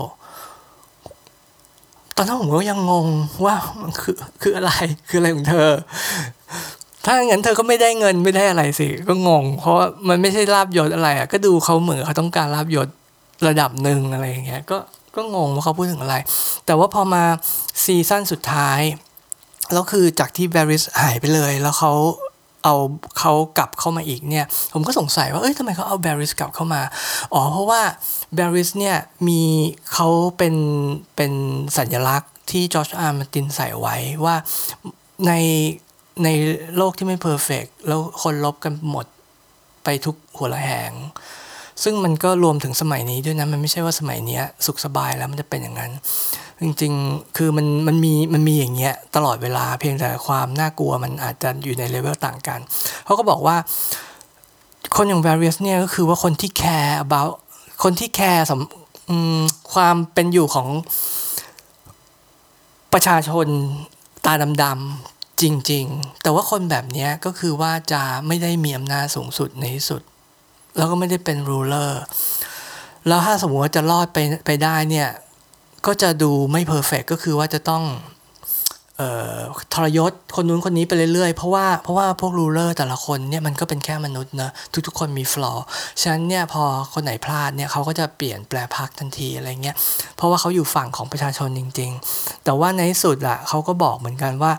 ตอนนั้นผมก็ยังงงว่ามันคืออะไรของเธอถ้างั้นเธอก็ไม่ได้เงินไม่ได้อะไรสิก็งงเพราะมันไม่ใช่ลาภยศอะไรก็ดูเขาเหมือนเขาต้องการลาภยศระดับหนึ่งอะไรอย่างเงี้ยก็งงว่าเขาพูดถึงอะไรแต่ว่าพอมาซีซั่นสุดท้ายแล้วคือจากที่แบริสหายไปเลยแล้วเขากลับเข้ามาอีกเนี่ยผมก็สงสัยว่าทำไมเขาเอาแบริสกลับเข้ามาเพราะว่าแบริสเนี่ยเขาเป็นสัญลักษณ์ที่จอร์จ มาร์ตินใส่ไว้ว่าในโลกที่ไม่เพอร์เฟกต์แล้วคนลบกันหมดไปทุกหัวระแหงซึ่งมันก็รวมถึงสมัยนี้ด้วยนะมันไม่ใช่ว่าสมัยนี้สุขสบายแล้วมันจะเป็นอย่างนั้นจริงๆคือมันมีอย่างเงี้ยตลอดเวลาเพียงแต่ความน่ากลัวมันอาจจะอยู่ในเลเวลต่างกันเขาก็บอกว่าคนอย่าง Varys เนี่ยก็คือว่าคนที่ care about คนที่ care ความเป็นอยู่ของประชาชนตาดำๆจริงๆแต่ว่าคนแบบนี้ก็คือว่าจะไม่ได้มีอำนาจสูงสุดในที่สุดแล้วก็ไม่ได้เป็นรูเลอร์แล้วถ้าสมมติว่าจะรอดไปได้เนี่ยก็จะดูไม่เพอร์เฟกต์ก็คือว่าจะต้องทรยศคนนู้นคนนี้ไปเรื่อยๆเพราะว่าพวกรูเลอร์แต่ละคนเนี่ยมันก็เป็นแค่มนุษย์นะทุกๆคนมีฟลอว์ฉะนั้นเนี่ยพอคนไหนพลาดเนี่ยเขาก็จะเปลี่ยนแปลพรรคทันทีอะไรเงี้ยเพราะว่าเขาอยู่ฝั่งของประชาชนจริงๆแต่ว่าในที่สุดเขาก็บอกเหมือนกันว่า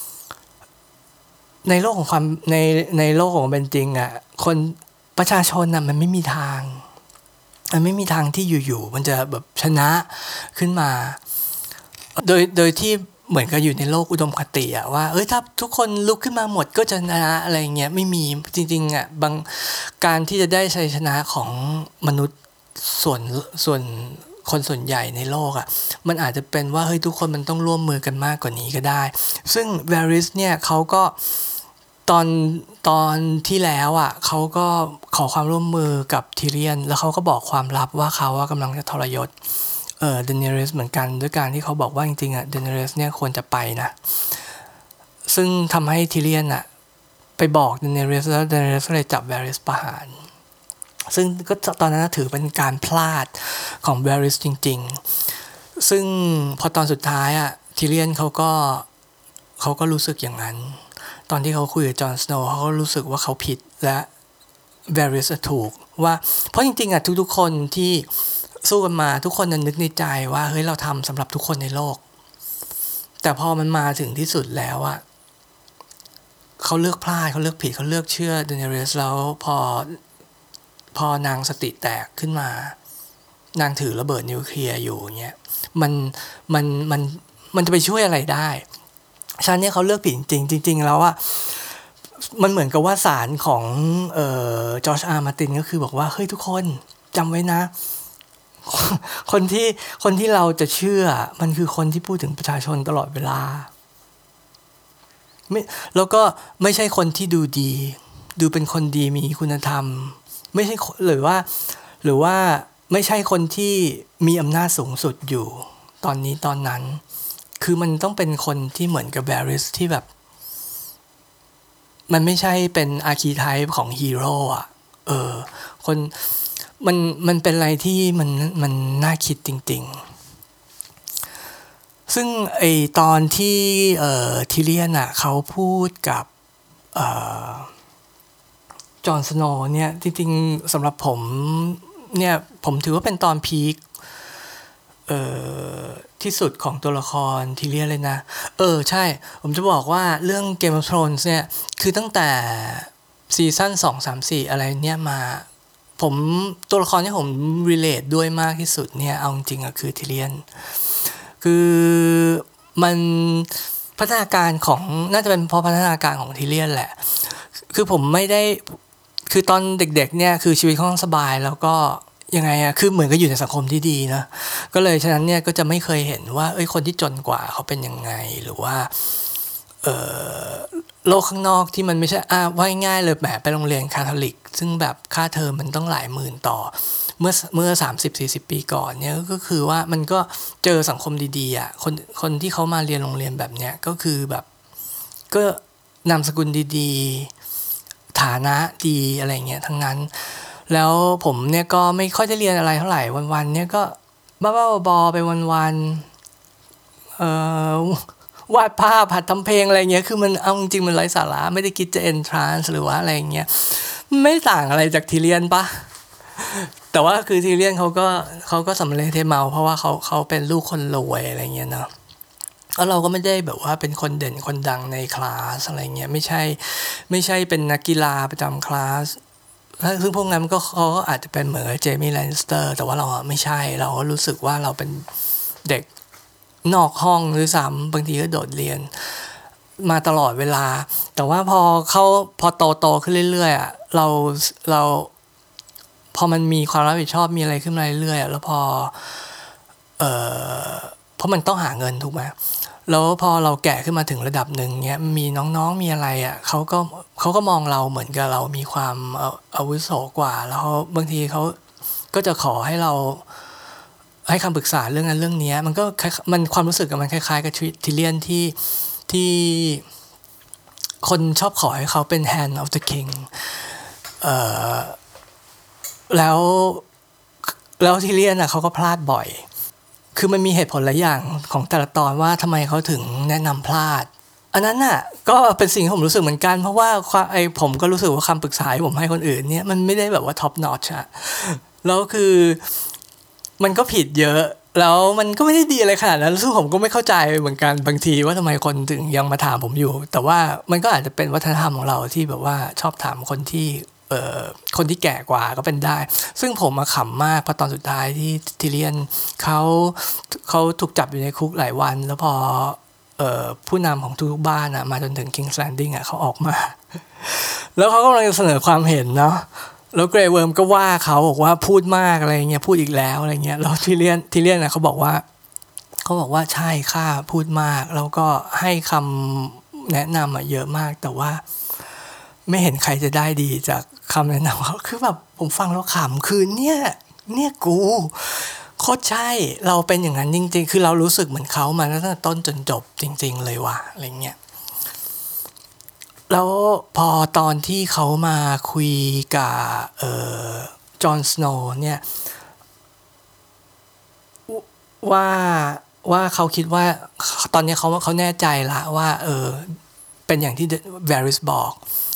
ในโลกของความในโลกของเป็นจริงคนประชาชนมันไม่มีทางที่อยู่ๆมันจะแบบชนะขึ้นมาโดยที่เหมือนกับอยู่ในโลกอุดมคติว่าถ้าทุกคนลุกขึ้นมาหมดก็จะชนะอะไรเงี้ยไม่มีจริงๆบางการที่จะได้ชัยชนะของมนุษย์ส่วนส่วนคนส่วนใหญ่ในโลกอ่ะมันอาจจะเป็นว่าเฮ้ยทุกคนมันต้องร่วมมือกันมากกว่านี้ก็ได้ซึ่ง Varys เนี่ยเขาก็ตอนตอนที่แล้วอ่ะเขาก็ขอความร่วมมือกับทีเรียนแล้วเขาก็บอกความลับว่าเขากำลังจะทรยศเดเนริสเหมือนกันด้วยการที่เขาบอกว่าจริงๆอ่ะเดเนริสเนี่ยควรจะไปนะซึ่งทำให้ทีเรียนอ่ะไปบอกเดเนริสแล้วเดเนริสเลยจับ Varys ประหารซึ่งก็ตอนนั้นถือเป็นการพลาดของ Varys จริงๆซึ่งพอตอนสุดท้ายอ่ะทีเรียนเขาก็รู้สึกอย่างนั้นตอนที่เขาคุยกับจอห์นสโนว์เขาก็รู้สึกว่าเขาผิดและ Varys ถูกว่าเพราะจริงๆอ่ะทุกๆคนที่สู้กันมาทุกคนนึกในใจว่าเฮ้ยเราทำสำหรับทุกคนในโลกแต่พอมันมาถึงที่สุดแล้วอ่ะเขาเลือกพลาดเขาเลือกผิดเขาเลือกเชื่อเดเนริสแล้วพอนางสติแตกขึ้นมานางถือระเบิดนิวเคลียร์อยู่เงี้ยมันจะไปช่วยอะไรได้ฉะนั้นเนี่ยเขาเลือกผิดจริงแล้วอ่ะมันเหมือนกับว่าสารของจอร์จอาร์มาร์ตินก็คือบอกว่าเฮ้ยทุกคนจำไว้นะคนที่เราจะเชื่อมันคือคนที่พูดถึงประชาชนตลอดเวลาไม่แล้วก็ไม่ใช่คนที่ดูดีดูเป็นคนดีมีคุณธรรมไม่ใช่หรือว่าไม่ใช่คนที่มีอำนาจสูงสุดอยู่ตอนนี้ตอนนั้นคือมันต้องเป็นคนที่เหมือนกับแวริสที่แบบมันไม่ใช่เป็นอาร์คีไทป์ของฮีโร่อ่ะคนมันเป็นอะไรที่มันน่าคิดจริงๆซึ่งไอตอนที่ทิเลียนอ่ะเขาพูดกับจอห์นสโนว์เนี่ยจริงๆสำหรับผมเนี่ยผมถือว่าเป็นตอนพีคที่สุดของตัวละครทีเลียนเลยนะใช่ผมจะบอกว่าเรื่อง Game of Thrones เนี่ยคือตั้งแต่ซีซั่น2 3 4อะไรเนี่ยมาผมตัวละครที่ผม relate ด้วยมากที่สุดเนี่ยเอาจริงๆอะคือทีเลียนคือมันพัฒนาการของน่าจะเป็นเพราะพัฒนาการของทีเลียนแหละคือผมไม่ได้คือตอนเด็กๆเนี่ยคือชีวิตค่อนข้างสบายแล้วก็ยังไงอะคือเหมือนก็อยู่ในสังคมที่ดีนะก็เลยฉะนั้นเนี่ยก็จะไม่เคยเห็นว่าคนที่จนกว่าเขาเป็นยังไงหรือว่าโลกข้างนอกที่มันไม่ใช่ว่าง่ายเลยแหมไปโรงเรียนคาทอลิกซึ่งแบบค่าเทอมมันต้องหลายหมื่นต่อเมื่อ30-40 ปีก่อนเนี่ยก็คือว่ามันก็เจอสังคมดีๆอ่ะคนที่เขามาเรียนโรงเรียนแบบเนี้ยก็คือแบบก็นามสกุลดีๆฐานะดีอะไรเงี้ยทั้งนั้นแล้วผมเนี่ยก็ไม่ค่อยได้เรียนอะไรเท่าไหร่วันๆเนี่ยก็บ้าๆบอๆไปวันๆวาดภาพหัดทำเพลงอะไรเงี้ยคือมันเอาจริงๆมันไร้สาระไม่ได้คิดจะเอนทรานซ์หรือว่าอะไรเงี้ยไม่ต่างอะไรจากทีเรียนปะแต่ว่าคือทีเรียนเขาก็สำเร็จเมาเพราะว่าเขาเป็นลูกคนรวยอะไรเงี้ยเนาะแล้วเราก็ไม่ได้แบบว่าเป็นคนเด่นคนดังในคลาสอะไรเงี้ยไม่ใช่เป็นนักกีฬาประจำคลาสซึ่งพวกนั้นเขาก็อาจจะเป็นเหมือนเจมี่แลนนิสเตอร์แต่ว่าเราไม่ใช่เราก็รู้สึกว่าเราเป็นเด็กนอกห้องหรือซ้ำบางทีก็โดดเรียนมาตลอดเวลาแต่ว่าพอโตขึ้นเรื่อยๆอ่ะเราพอมันมีความรับผิดชอบมีอะไรขึ้นมาเรื่อยๆแล้วพอเพราะมันต้องหาเงินถูกไหมแล้วพอเราแก่ขึ้นมาถึงระดับหนึ่งเนี้ยมีน้องๆมีอะไรอ่ะเขาก็มองเราเหมือนกับเรามีความอาวุโสกว่าแล้วบางทีเขาก็จะขอให้เราให้คำปรึกษาเรื่องนั้นเรื่องนี้มันความรู้สึกกับมันคล้ายๆกับทิเลียนที่คนชอบขอให้เขาเป็น hand of the king แล้วทิเลียนอ่ะเขาก็พลาดบ่อยคือมันมีเหตุผลหลายอย่างของแต่ละตอนว่าทำไมเขาถึงแนะนำพลาดอันนั้นน่ะก็เป็นสิ่งที่ผมรู้สึกเหมือนกันเพราะว่าผมก็รู้สึกว่าคำปรึกษาที่ผมให้คนอื่นเนี่ยมันไม่ได้แบบว่าท็อปนอตช์อะแล้วคือมันก็ผิดเยอะแล้วมันก็ไม่ได้ดีอะไรขนาดนั้นซึ่งผมก็ไม่เข้าใจเหมือนกันบางทีว่าทำไมคนถึงยังมาถามผมอยู่แต่ว่ามันก็อาจจะเป็นวัฒนธรรมของเราที่แบบว่าชอบถามคนที่แก่กว่าก็เป็นได้ซึ่งผมมาขำมากพอตอนสุดท้ายที่ทิเลียนเขาถูกจับอยู่ในคุกหลายวันแล้วพอผู้นำของทุกบ้านมาจนถึง King's Landing เขาออกมาแล้วเขากำลังจะเสนอความเห็นเนาะแล้วเกรย์เวิร์มก็ว่าเขาบอกว่าพูดมากอะไรเงี้ยพูดอีกแล้วอะไรเงี้ยแล้วทีเลียนนะเขาบอกว่าใช่ข้าพูดมากแล้วก็ให้คำแนะนำเยอะมากแต่ว่าไม่เห็นใครจะได้ดีจากคำแนะนำเขาคือแบบผมฟังแล้วขำคือเนี่ยกูโคตรใช่เราเป็นอย่างนั้นจริงๆคือเรารู้สึกเหมือนเขามาตั้งแต่ต้นจนจบจริงๆเลยว่ะอะไรเงี้ยแล้วพอตอนที่เขามาคุยกับจอห์นสโนว์เนี่ยว่าเขาคิดว่าตอนนี้เขาแน่ใจละว่าเป็นอย่างที่เวริสบอก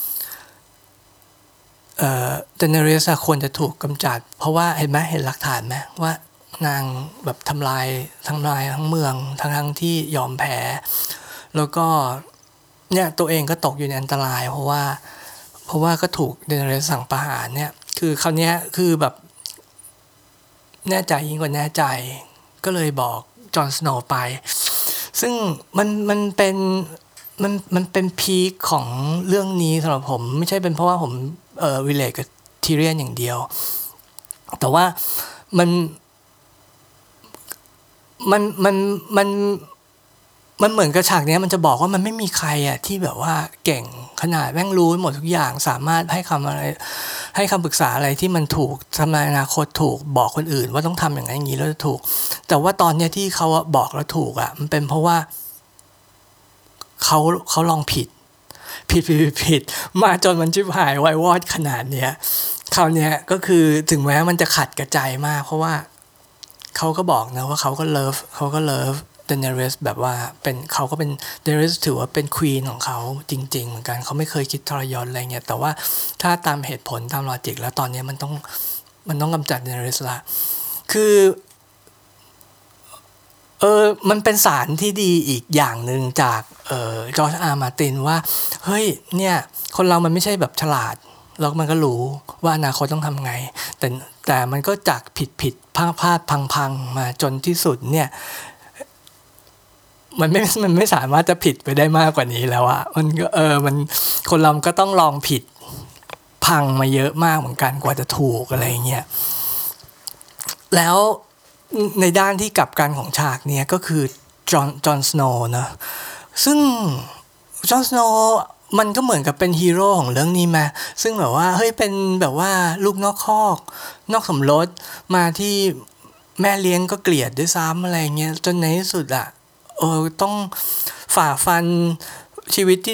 เดเนเรียสควรจะถูกกำจัดเพราะว่าเห็นหลักฐานไหมว่านางแบบทำลายทั้งเมืองทั้งที่ยอมแพ้แล้วก็เนี่ยตัวเองก็ตกอยู่ในอันตรายเพราะว่าก็ถูกเดเนเรียสสั่งประหารเนี่ยคือคราวนี้คือแบบแน่ใจยิ่งกว่าแน่ใจก็เลยบอกจอห์นสโนว์ไปซึ่งมันเป็นพีคของเรื่องนี้สำหรับผมไม่ใช่เป็นเพราะว่าผมรีเลทกับทีเรียนอย่างเดียวแต่ว่ามันเหมือนกับฉากนี้มันจะบอกว่ามันไม่มีใครที่แบบว่าเก่งขนาดแม่งรู้หมดทุกอย่างสามารถให้คำปรึกษาอะไรที่มันถูกทำนายอนาคตถูกบอกคนอื่นว่าต้องทำอย่างนั้นอย่างนี้แล้วจะถูกแต่ว่าตอนนี้ที่เขาบอกแล้วถูกมันเป็นเพราะว่าเขาลองผิดมาจนมันชิบหายไววอดขนาดเนี้ยคราวนี้ก็คือถึงแม้มันจะขัดกระใจมากเพราะว่าเขาก็บอกนะว่าเขาก็เลิฟเดเนเรสแบบว่าเขาก็เป็นเดเนเรสถือว่าเป็นควีนของเขาจริงๆเหมือนกันเขาไม่เคยคิดทรยศอะไรเงี้ยแต่ว่าถ้าตามเหตุผลตามลอจิกแล้วตอนนี้มันต้องกำจัดเดเนเรสละคือมันเป็นสารที่ดีอีกอย่างหนึ่งจากจอร์จอาร์มาร์ตินว่าเฮ้ยเนี่ยคนเรามันไม่ใช่แบบฉลาดแล้วมันก็รู้ว่าอนาคตต้องทำไงแต่มันก็จากผิดพลาดพังมาจนที่สุดเนี่ยมันไม่สามารถจะผิดไปได้มากกว่านี้แล้วมันก็มันคนเราก็ต้องลองผิดพังมาเยอะมากเหมือนกันกว่าจะถูกอะไรเงี้ยแล้วในด้านที่กลับกันของฉากเนี่ยก็คือจอห์นสโนว์นะซึ่งจอห์นสโนว์มันก็เหมือนกับเป็นฮีโร่ของเรื่องนี้มาซึ่งแบบว่าเฮ้ยเป็นแบบว่าลูกนอกคอกนอกสมรสมาที่แม่เลี้ยงก็เกลียดด้วยซ้ำอะไรเงี้ยจนในที่สุดต้องฝ่าฟันชีวิตที่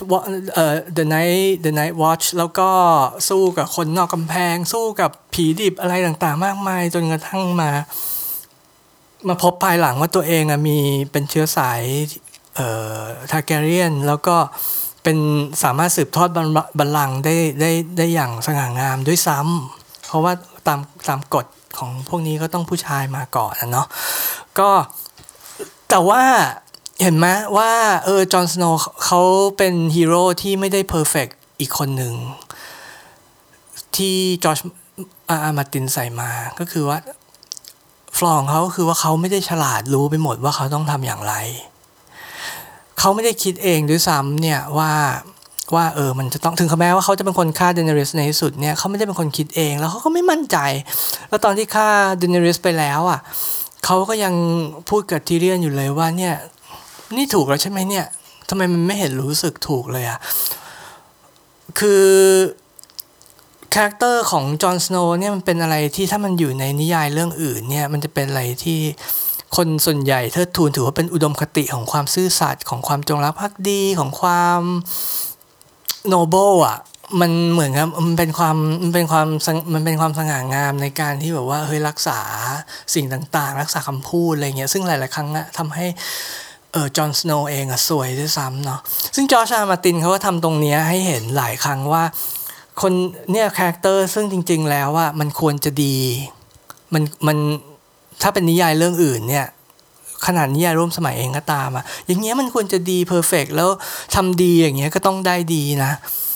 The Night Watch แล้วก็สู้กับคนนอกกำแพงสู้กับผีดิบอะไรต่างๆมากมายจนกระทั่งมาพบภายหลังว่าตัวเองมีเป็นเชื้อสายทาร์แกเรียนแล้วก็เป็นสามารถสืบทอดบัลลังก์ได้อย่างสง่างามด้วยซ้ำเพราะว่าตามกฎของพวกนี้ก็ต้องผู้ชายมาก่อนเนาะก็แต่ว่าเห็นไหมว่าจอห์นสโนว์เขาเป็นฮีโร่ที่ไม่ได้เพอร์เฟกต์อีกคนหนึ่งที่จอร์จอาร์มาร์ตินใส่มาก็คือว่าฟลอของเขาคือว่าเขาไม่ได้ฉลาดรู้ไปหมดว่าเขาต้องทำอย่างไรเขาไม่ได้คิดเองด้วยซ้ำเนี่ยว่ามันจะต้องถึงแม้ว่าเขาจะเป็นคนฆ่าเดเนริสในที่สุดเนี่ยเขาไม่ได้เป็นคนคิดเองแล้วเขาก็ไม่มั่นใจแล้วตอนที่ฆ่าเดเนริสไปแล้วเขาก็ยังพูดกับทีเรียนอยู่เลยว่าเนี่ยนี่ถูกแล้วใช่ไหมเนี่ยทำไมมันไม่เห็นรู้สึกถูกเลยคือคาแรคเตอร์ของจอห์นสโนว์เนี่ยมันเป็นอะไรที่ถ้ามันอยู่ในนิยายเรื่องอื่นเนี่ยมันจะเป็นอะไรที่คนส่วนใหญ่เทิดทูนถือว่าเป็นอุดมคติของความซื่อสัตย์ของความจงรักภักดีของความโนเบิลมันเหมือนกับมันเป็นความสง่างามในการที่แบบว่าเฮ้ยรักษาสิ่งต่างๆรักษาคำพูดอะไรเงี้ยซึ่งหลายๆครั้งทำให้จอห์นสโนว์เองสวยด้วยซ้ำเนาะซึ่งจอร์จ อาร์มาร์ตินเขาก็ทำตรงนี้ให้เห็นหลายครั้งว่าคนเนี่ยคาแรคเตอร์ซึ่งจริงๆแล้วมันควรจะดีมันถ้าเป็นนิยายเรื่องอื่นเนี่ยขนาดนิยายร่วมสมัยเองก็ตามอย่างเงี้ยมันควรจะดีเพอร์เฟกต์แล้วทำดีอย่างเงี้ยก็ต้องได้ดีนะ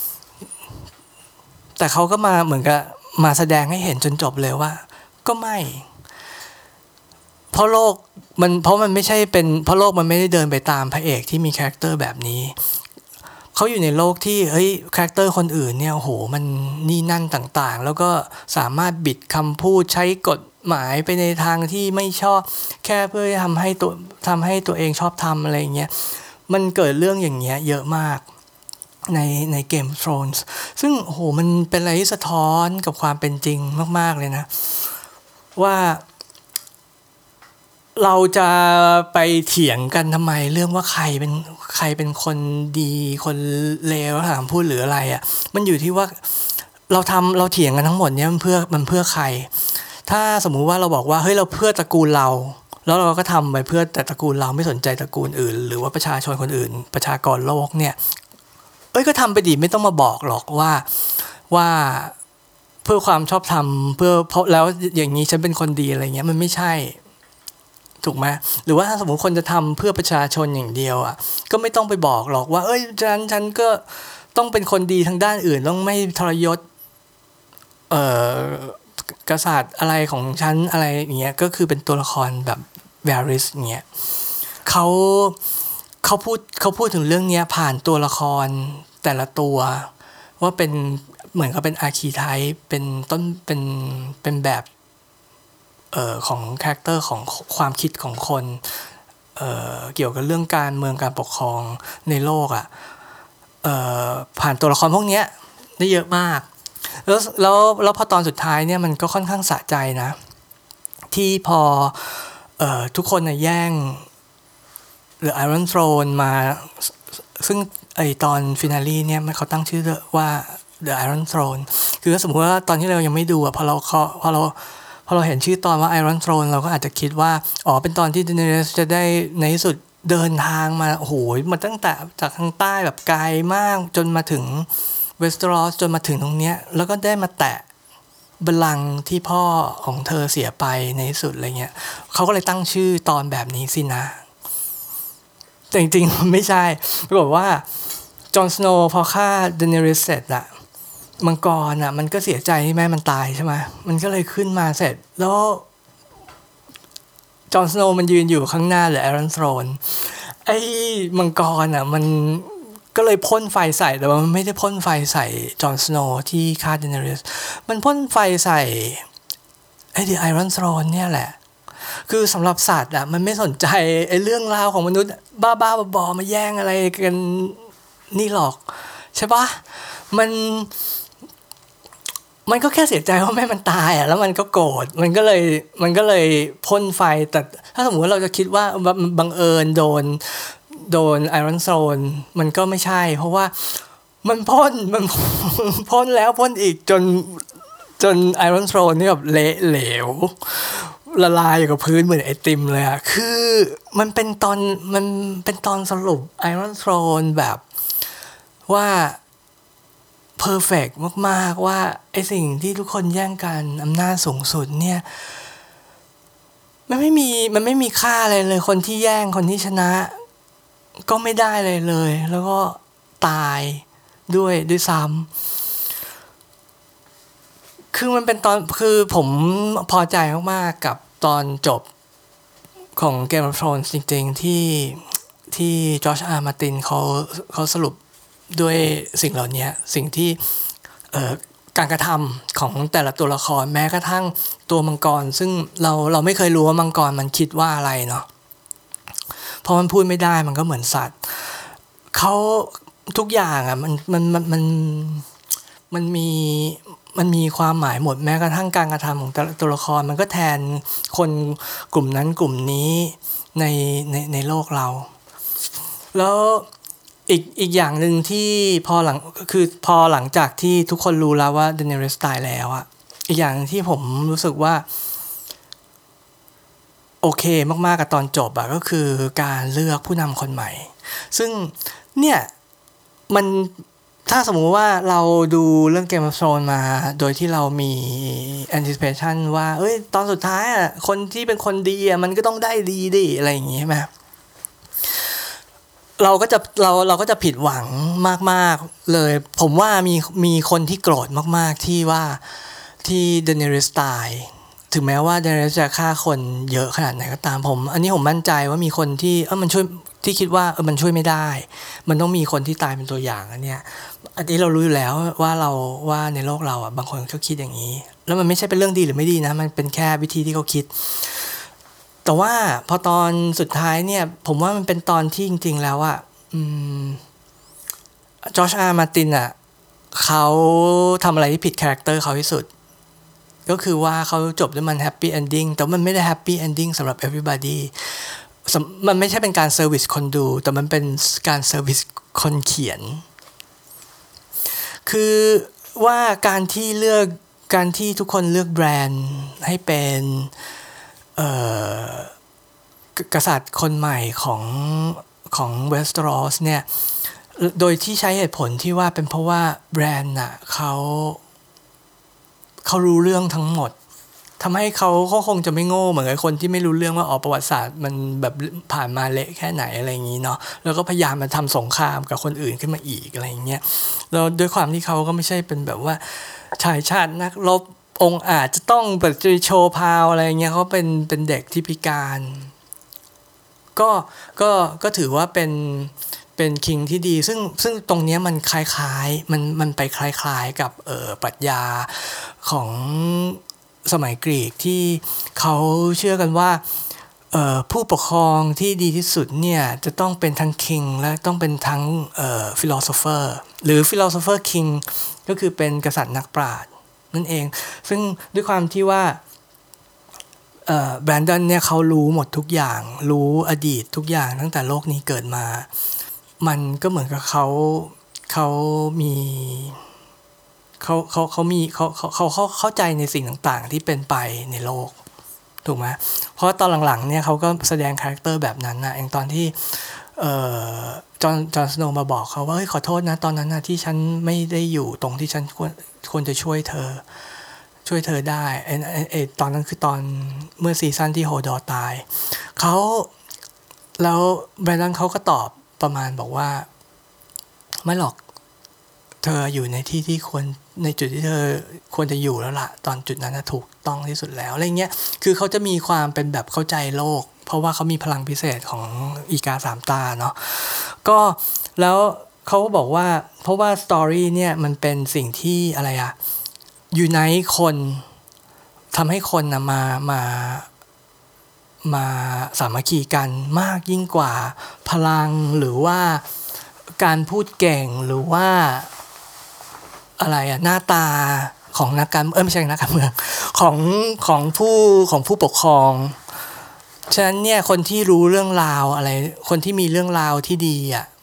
แต่เขาก็มาเหมือนกับมาแสดงให้เห็นจนจบเลยว่าก็ไม่เพราะโลกมันไม่ใช่เป็นเพราะโลกมันไม่ได้เดินไปตามพระเอกที่มีคาแรคเตอร์แบบนี้เขเขาอยู่ในโลกที่เฮ้ยคาแรคเตอร์คนอื่นเนี่ยโหมันนี่นั่นต่างๆแล้วก็สามารถบิดคำพูดใช้กฎหมายไปในทางที่ไม่ชอบแค่เพื่อทำให้ตัวเองชอบทำอะไรเงี้ยมันเกิดเรื่องอย่างเงี้ยเยอะมากใน Game of Thrones ซึ่งโหมันเป็นอะไรที่สะท้อนกับความเป็นจริงมากๆเลยนะว่าเราจะไปเถียงกันทำไมเรื่องว่าใครเป็นคนดีคนเลวถามพูดหรืออะไรอ่ะมันอยู่ที่ว่าเราเถียงกันทั้งหมดเนี้ยมันเพื่อใครถ้าสมมุติว่าเราบอกว่าเฮ้ยเราเพื่อตระกูลเราแล้วเราก็ทำไปเพื่อแต่ตระกูลเราไม่สนใจตระกูลอื่นหรือว่าประชาชนคนอื่นประชากรโลกเนี่ยก็ทำไปดิไม่ต้องมาบอกหรอกว่าเพื่อความชอบธรรมเพราะแล้วอย่างนี้ฉันเป็นคนดีอะไรเงี้ยมันไม่ใช่ถูกไหมหรือว่าถ้าสมมติคนจะทำเพื่อประชาชนอย่างเดียวอ่ะก็ไม่ต้องไปบอกหรอกว่าฉันก็ต้องเป็นคนดีทางด้านอื่นต้องไม่ทรยศกษัตริย์อะไรของฉันอะไรอย่างเงี้ยก็คือเป็นตัวละครแบบแวริสเงี้ยเขาพูดถึงเรื่องนี้ผ่านตัวละครแต่ละตัวว่าเป็นเหมือนกับเป็นอาร์คีไทป์เป็นต้นเป็นแบบของคาแรคเตอร์ของความคิดของคนเกี่ยวกับเรื่องการเมืองการปกครองในโลกอ่ะผ่านตัวละครพวกนี้ได้เยอะมากแล้วพอตอนสุดท้ายเนี่ยมันก็ค่อนข้างสะใจนะที่พอทุกคนแย่งหรือ Iron Throne มาซึ่งตอนฟินาลีเนี่ยเขาตั้งชื่อว่า The Iron Throne คือสมมติว่าตอนที่เรายังไม่ดูพอเราเห็นชื่อตอนว่า Iron Throne เราก็อาจจะคิดว่าเป็นตอนที่ Daenerys จะได้ในที่สุดเดินทางมาโอ้โหมาตั้งแต่จากทางใต้แบบไกลมากจนมาถึงเวสเทอรอสจนมาถึงตรงเนี้ยแล้วก็ได้มาแตะบัลลังก์ที่พ่อของเธอเสียไปในที่สุดอะไรเงี้ยเขาก็เลยตั้งชื่อตอนแบบนี้สินะแต่จริงๆไม่ใช่บอกว่าจอห์นสโนว์พอฆ่าเดเนริสเสร็จอะมังกรอะมันก็เสียใจที่แม่มันตายใช่ไหมมันก็เลยขึ้นมาเสร็จแล้วจอห์นสโนว์มันยืนอยู่ข้างหน้าหรือไอรอนโทรนไอ้มังกรอะมันก็เลยพ่นไฟใส่แต่ว่ามันไม่ได้พ่นไฟใส่จอห์นสโนว์ที่ฆ่าเดเนริสมันพ่นไฟใส่ไอ้ไอรอนโทรนเนี่ยแหละคือสำหรับสัตว์อ่ะมันไม่สนใจไอ้เรื่องราวของมนุษย์บ้าๆบอๆมาแย่งอะไรกันนี่หรอกใช่ปะมันก็แค่เสียใจว่าแม่มันตายอ่ะแล้วมันก็โกรธมันก็เลยพ่นไฟแต่ถ้าสมมติว่าเราจะคิดว่าบังเอิญโดนไอรอนโซนมันก็ไม่ใช่เพราะว่ามันพ่นแล้วพ่นอีกจนไอรอนโซนนี่แบบเละเหลวละลายอยู่กับพื้นเหมือนไอติมเลยอะคือมันเป็นตอนสรุปไอรอนโทรนแบบว่าเพอร์เฟกต์มากๆว่าไอสิ่งที่ทุกคนแย่งกันอำนาจสูงสุดเนี่ยมันไม่มีค่าอะไรเลยคนที่แย่งคนที่ชนะก็ไม่ได้เลยแล้วก็ตายด้วยซ้ำคือมันเป็นตอนคือผมพอใจมากๆกับตอนจบของ Game of Thrones จริงๆที่จอร์จ อาร์ มาร์ตินเขาสรุปด้วยสิ่งเหล่านี้สิ่งที่การกระทำของแต่ละตัวละครแม้กระทั่งตัวมังกรซึ่งเราไม่เคยรู้ว่ามังกรมันคิดว่าอะไรเนาะเพราะมันพูดไม่ได้มันก็เหมือนสัตว์เขาทุกอย่างอ่ะมันมีความหมายหมดแม้กระทั่งการกระทำของแต่ละตัวละครมันก็แทนคนกลุ่มนั้นกลุ่มนี้ในโลกเราแล้วอีกอย่างหนึ่งที่พอหลังจากที่ทุกคนรู้แล้วว่าเดเนริสตายแล้วอ่ะอีกอย่างที่ผมรู้สึกว่าโอเคมากๆกับตอนจบอ่ะก็คือการเลือกผู้นำคนใหม่ซึ่งเนี่ยมันถ้าสมมุติว่าเราดูเรื่อง Game of Thrones มาโดยที่เรามี anticipation ว่าตอนสุดท้ายอ่ะคนที่เป็นคนดีอ่ะมันก็ต้องได้ดีดิอะไรอย่างงี้ใช่ไหมเราก็จะผิดหวังมากๆเลยผมว่ามีคนที่โกรธมากๆที่ว่าที่ Daenerys ตายถึงแม้ว่าเดเนอเรสจะฆ่าคนเยอะขนาดไหนก็ตามอันนี้ผมมั่นใจว่ามีคนที่มันช่วยที่คิดว่ามันช่วยไม่ได้มันต้องมีคนที่ตายเป็นตัวอย่างอันนี้เรารู้อยู่แล้วว่าในโลกเราบางคนเขาคิดอย่างนี้แล้วมันไม่ใช่เป็นเรื่องดีหรือไม่ดีนะมันเป็นแค่วิธีที่เขาคิดแต่ว่าพอตอนสุดท้ายเนี่ยผมว่ามันเป็นตอนที่จริงๆแล้วจอร์จ อาร์ มาร์ตินเขาทำอะไรที่ผิดคาแรคเตอร์เขาที่สุดก็คือว่าเขาจบด้วยมันแฮปปี้เอนดิ้งแต่มันไม่ได้แฮปปี้เอนดิ้งสำหรับ everybody มันไม่ใช่เป็นการเซอร์วิสคนดูแต่มันเป็นการเซอร์วิสคนเขียนคือว่าการที่ทุกคนเลือกแบรนด์ให้เป็นกษัตริย์คนใหม่ของเวสเตอรอสเนี่ยโดยที่ใช้เหตุผลที่ว่าเป็นเพราะว่าแบรนด์เขารู้เรื่องทั้งหมดทำให้เขาคงจะไม่โง่เหมือนกับคนที่ไม่รู้เรื่องว่าประวัติศาสตร์มันแบบผ่านมาเละแค่ไหนอะไรอย่างนี้เนาะแล้วก็พยายามมาทำสงครามกับคนอื่นขึ้นมาอีกอะไรอย่างเงี้ยแล้วด้วยความที่เขาก็ไม่ใช่เป็นแบบว่าชายชาตินักรบองค์อาจจะต้องแบบโชว์พาวอะไรเงี้ยเขาเป็นเด็กที่พิการก็ถือว่าเป็นคิงที่ดีซึ่งตรงนี้มันคล้ายๆมันไปคล้ายๆกับปรัชญาของสมัยกรีกที่เขาเชื่อกันว่าผู้ปกครองที่ดีที่สุดเนี่ยจะต้องเป็นทั้งคิงและต้องเป็นทั้งฟิโลโซเฟอร์หรือฟิโลโซเฟอร์คิงก็คือเป็นกษัตริย์นักปราชญ์นั่นเองซึ่งด้วยความที่ว่าแบรนดอนเนี่ยเขารู้หมดทุกอย่างรู้อดีตทุกอย่างตั้งแต่โลกนี้เกิดมามันก็เหมือนกับเขามีเขาเข้าใจในสิ่งต่างๆที่เป็นไปในโลกถูกไหมเพราะตอนหลังๆเนี่ยเขาก็แสดงคาแรคเตอร์แบบนั้นนะอย่างตอนที่จอห์นสโนว์มาบอกเขาว่าขอโทษนะตอนนั้นนะที่ฉันไม่ได้อยู่ตรงที่ฉันควรจะช่วยเธอได้ตอนนั้นคือตอนเมื่อซีซั่นที่โฮดอร์ตายเขาแล้วแบรนดอนเขาก็ตอบประมาณบอกว่าไม่หรอกเธออยู่ในที่ที่ควรในจุดที่เธอควรจะอยู่แล้วล่ะตอนจุดนั้นถูกต้องที่สุดแล้วอะไรเงี้ยคือเขาจะมีความเป็นแบบเข้าใจโลกเพราะว่าเขามีพลังพิเศษของอีกาสามตาเนาะก็แล้วเขาบอกว่าเพราะว่าสตอรี่เนี่ยมันเป็นสิ่งที่อะไรยูไนต์คนทำให้คนมาสามัคคีกันมากยิ่งกว่าพลังหรือว่าการพูดเก่งหรือว่าอะไรหน้าตาของนักการไม่ใช่นักการเมืองของผู้ปกครองฉะนั้นเนี่ยคนที่รู้เรื่องราวอะไรคนที่มีเรื่องราวที่ดี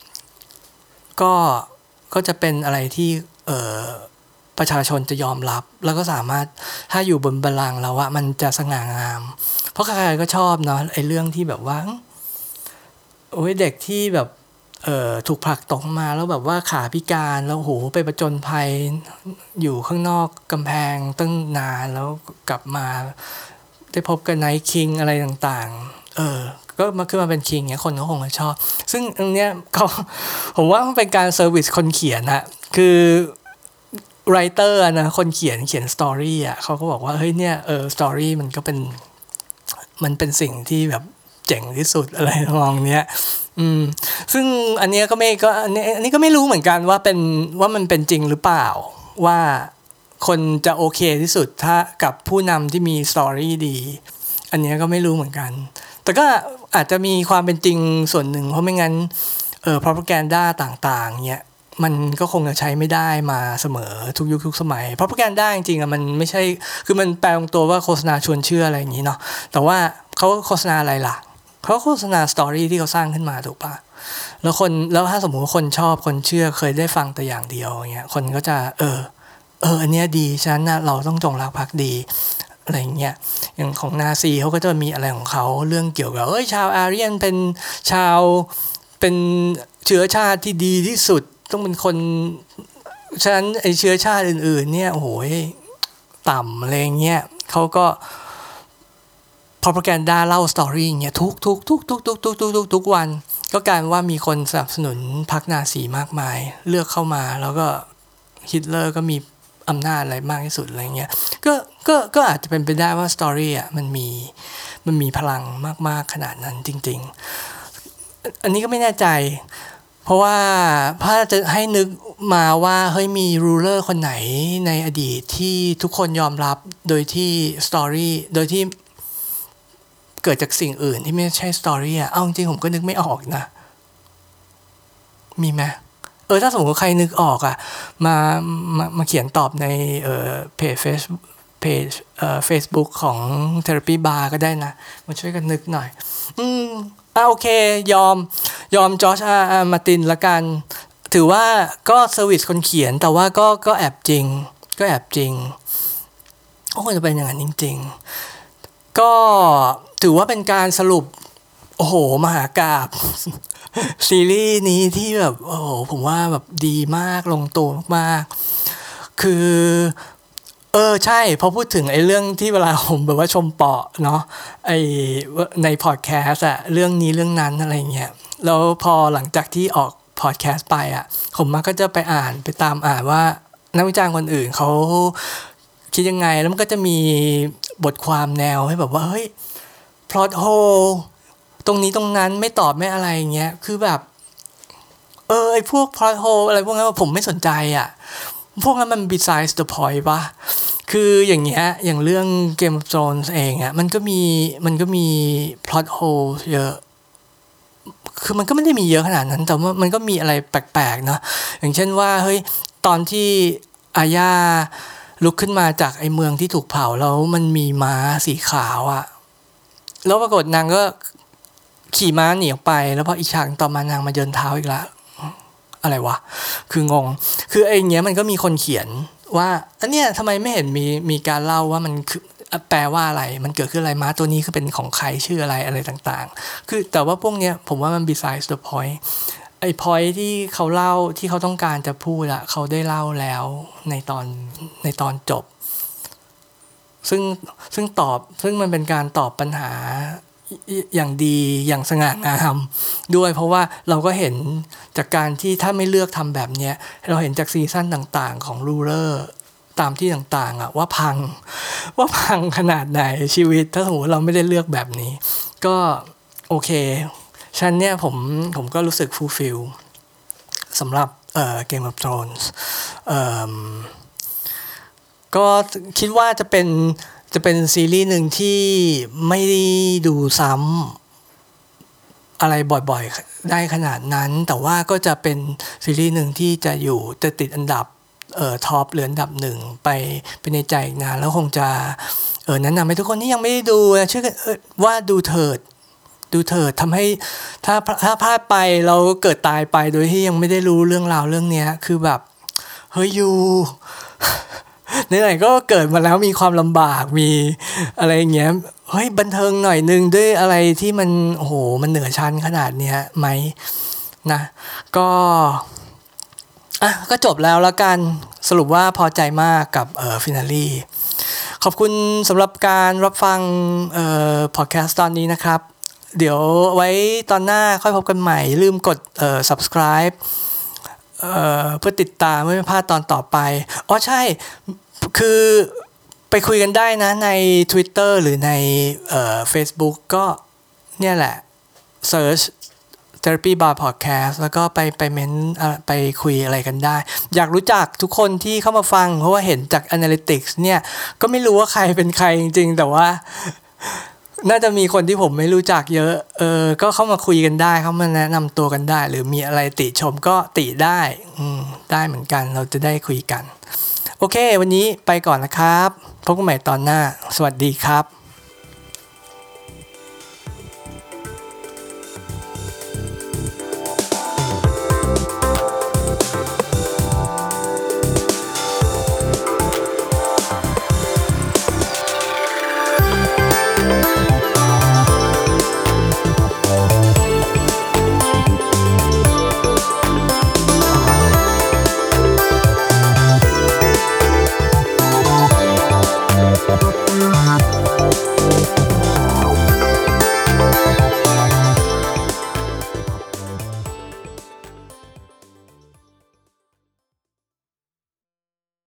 ก็จะเป็นอะไรที่ประชาชนจะยอมรับแล้วก็สามารถถ้าอยู่บนบัลลังก์แล้วมันจะสง่างามเพราะใครๆก็ชอบเนาะไอ้เรื่องที่แบบว่าโอ้ยเด็กที่แบบถูกผลักตกมาแล้วแบบว่าขาพิการแล้วโหไปประจนภัยอยู่ข้างนอกกำแพงตั้งนานแล้วกลับมาได้พบกับไนท์คิงอะไรต่างๆก็มาขึ้นมาเป็นคิงเนี่ยคนก็คงจะชอบซึ่งตรงเนี้ยผมว่ามันเป็นการเซอร์วิสคนเขียนคือไรเตอร์นะคนเขียนสตอรี่เขาก็บอกว่าเฮ้ยเนี่ยสตอรี่มันเป็นสิ่งที่แบบเจ๋งที่สุดอะไรมองเนี้ยซึ่งอันนี้ก็อันนี้ก็ไม่รู้เหมือนกันว่ามันเป็นจริงหรือเปล่าว่าคนจะโอเคที่สุดถ้ากับผู้นำที่มีสตอรี่ดีอันนี้ก็ไม่รู้เหมือนกันแต่ก็อาจจะมีความเป็นจริงส่วนหนึ่งเพราะไม่งั้นpropaganda ต่างๆเนี่ยมันก็คงจะใช้ไม่ได้มาเสมอทุกยุคทุกสมัย propaganda จริงๆมันไม่ใช่คือมันแปลตรงตัวว่าโฆษณาชวนเชื่ออะไรอย่างนี้เนาะแต่ว่าเขาโฆษณาอะไรล่ะเขาโฆษณาสตอรี่ที่เขาสร้างขึ้นมาถูกปะแล้วถ้าสมมุติคนชอบคนเชื่อเคยได้ฟังแต่อย่างเดียวอย่างเงี้ยคนก็จะอันเนี้ยดีฉะนั้นเราต้องจงรักภักดีอะไรเงี้ยอย่างของนาซีเขาก็จะมีอะไรของเขาเรื่องเกี่ยวกับชาวอาเรียนเป็นเชื้อชาติที่ดีที่สุดต้องเป็นคนฉะนั้นไอเชื้อชาติอื่นๆเนี่ยโอ้โหต่ำอะไรเงี้ยเขาก็propaganda เล่าสตอรี่อย่างเงี้ยทุกวันก็กลายว่ามีคนสนับสนุนพรรคนาซีมากมายเลือกเข้ามาแล้วก็ฮิตเลอร์ก็มีอำนาจอะไรมากที่สุดอะไรเงี้ยก็อาจจะเป็นไปได้ว่าสตอรี่อ่ะมันมีพลังมากๆขนาดนั้นจริงๆอันนี้ก็ไม่แน่ใจเพราะว่าถ้าจะให้นึกมาว่าเฮ้ยมีรูเลอร์คนไหนในอดีตที่ทุกคนยอมรับโดยที่สตอรี่โดยที่เกิดจากสิ่งอื่นที่ไม่ใช่สตอรี่อ่ะเอาจริงๆผมก็นึกไม่ออกนะมีไหมถ้าสมมติใครนึกออกอ่ะมาเขียนตอบในเพจFacebook ของ Therapy Bar ก็ได้นะมาช่วยกันนึกหน่อยโอเคยอมจอร์จมาร์ตินละกันถือว่าก็เซอร์วิสคนเขียนแต่ว่าก็แอบจริงก็คงจะเป็นอย่างนั้นจริงๆก็ถือว่าเป็นการสรุปโอ้โหมหากาพย์ซีรีส์นี้ที่แบบโอ้โหผมว่าแบบดีมากลงตัวมากคือใช่พอพูดถึงไอ้เรื่องที่เวลาผมแบบว่าชมเปาะเนาะไอ้ในพอดแคสต์อะเรื่องนี้เรื่องนั้นอะไรเงี้ยแล้วพอหลังจากที่ออกพอดแคสต์ไปอะผมก็จะไปตามอ่านว่านักวิจารณ์คนอื่นเขาคิดยังไงแล้วมันก็จะมีบทความแนวให้แบบว่าเฮ้ยพล็อตโฮตรงนี้ตรงนั้นไม่ตอบไม่อะไรเงี้ยคือแบบไอ้พวกพล็อตโฮอะไรพวกนั้นผมไม่สนใจอ่ะพวกนั้นมัน besides the point ปะคืออย่างเงี้ยอย่างเรื่อง Game of Thrones เองอ่ะมันก็มี plot hole เยอะคือมันก็ไม่ได้มีเยอะขนาดนั้นแต่ว่ามันก็มีอะไรแปลกๆเนาะอย่างเช่นว่าเฮ้ยตอนที่อาญาลุกขึ้นมาจากไอ้เมืองที่ถูกเผาแล้วมันมีม้าสีขาวอ่ะแล้วปรากฏนางก็ขี่ม้าหนีออกไปแล้วพออีกฉากต่อมานางมาเดินเท้าอีกแล้วอะไรวะคืองงคือไอ้เงี้ยมันก็มีคนเขียนว่าอันเนี้ยทำไมไม่เห็นมีการเล่าว่ามันคือแปลว่าอะไรมันเกิดขึ้นอะไรม้าตัวนี้คือเป็นของใครชื่ออะไรต่างๆคือแต่ว่าพวกเนี้ยผมว่ามัน besides the point ไอ้ point ที่เขาเล่าที่เขาต้องการจะพูดอะเขาได้เล่าแล้วในตอนจบซึ่งมันเป็นการตอบปัญหาอย่างดีอย่างสง่างามด้วยเพราะว่าเราก็เห็นจากการที่ถ้าไม่เลือกทำแบบเนี้ยเราเห็นจากซีซั่นต่างๆของรูเลอร์ตามที่ต่างๆอะว่าพังขนาดไหนชีวิตถ้าสมมติเราไม่ได้เลือกแบบนี้ก็โอเคฉันเนี่ยผมก็รู้สึกฟูลฟิลสำหรับGame of Thrones ก็คิดว่าจะเป็นซีรีส์หนึ่งที่ไม่ได้ดูซ้ำอะไรบ่อยๆได้ขนาดนั้นแต่ว่าก็จะเป็นซีรีส์หนึ่งที่จะติดอันดับท็อปหรืออันดับหนึ่งไปในใจอีกนานแล้วคงจะแนะนำให้ทุกคนที่ยังไม่ได้ดูเชื่อว่าดูเถิดทำให้ถ้าพลาดไปเราเกิดตายไปโดยที่ยังไม่ได้รู้เรื่องราวเรื่องนี้คือแบบเฮ้ยยูไหนๆก็เกิดมาแล้วมีความลำบากมีอะไรอย่างเงี้ยเฮ้ยบันเทิงหน่อยนึงด้วยอะไรที่มันโอ้โหมันเหนือชั้นขนาดเนี้ยไหมนะก็จบแล้วกันสรุปว่าพอใจมากกับฟินาลีขอบคุณสำหรับการรับฟังพอดแคสต์ตอนนี้นะครับเดี๋ยวไว้ตอนหน้าค่อยพบกันใหม่ลืมกดsubscribe เพื่อติดตามไม่พลาดตอนต่อไปใช่คือไปคุยกันได้นะใน Twitter หรือในFacebook ก็เนี่ยแหละ search Therapy Bar Podcast แล้วก็ไปเม้นไปคุยอะไรกันได้อยากรู้จักทุกคนที่เข้ามาฟังเพราะว่าเห็นจาก Analytics เนี่ยก็ไม่รู้ว่าใครเป็นใครจริงๆแต่ว่าน่าจะมีคนที่ผมไม่รู้จักเยอะก็เข้ามาคุยกันได้เข้ามาแนะนำตัวกันได้หรือมีอะไรติชมก็ติได้ได้เหมือนกันเราจะได้คุยกันโอเควันนี้ไปก่อนนะครับพบกันใหม่ตอนหน้าสวัสดีครับ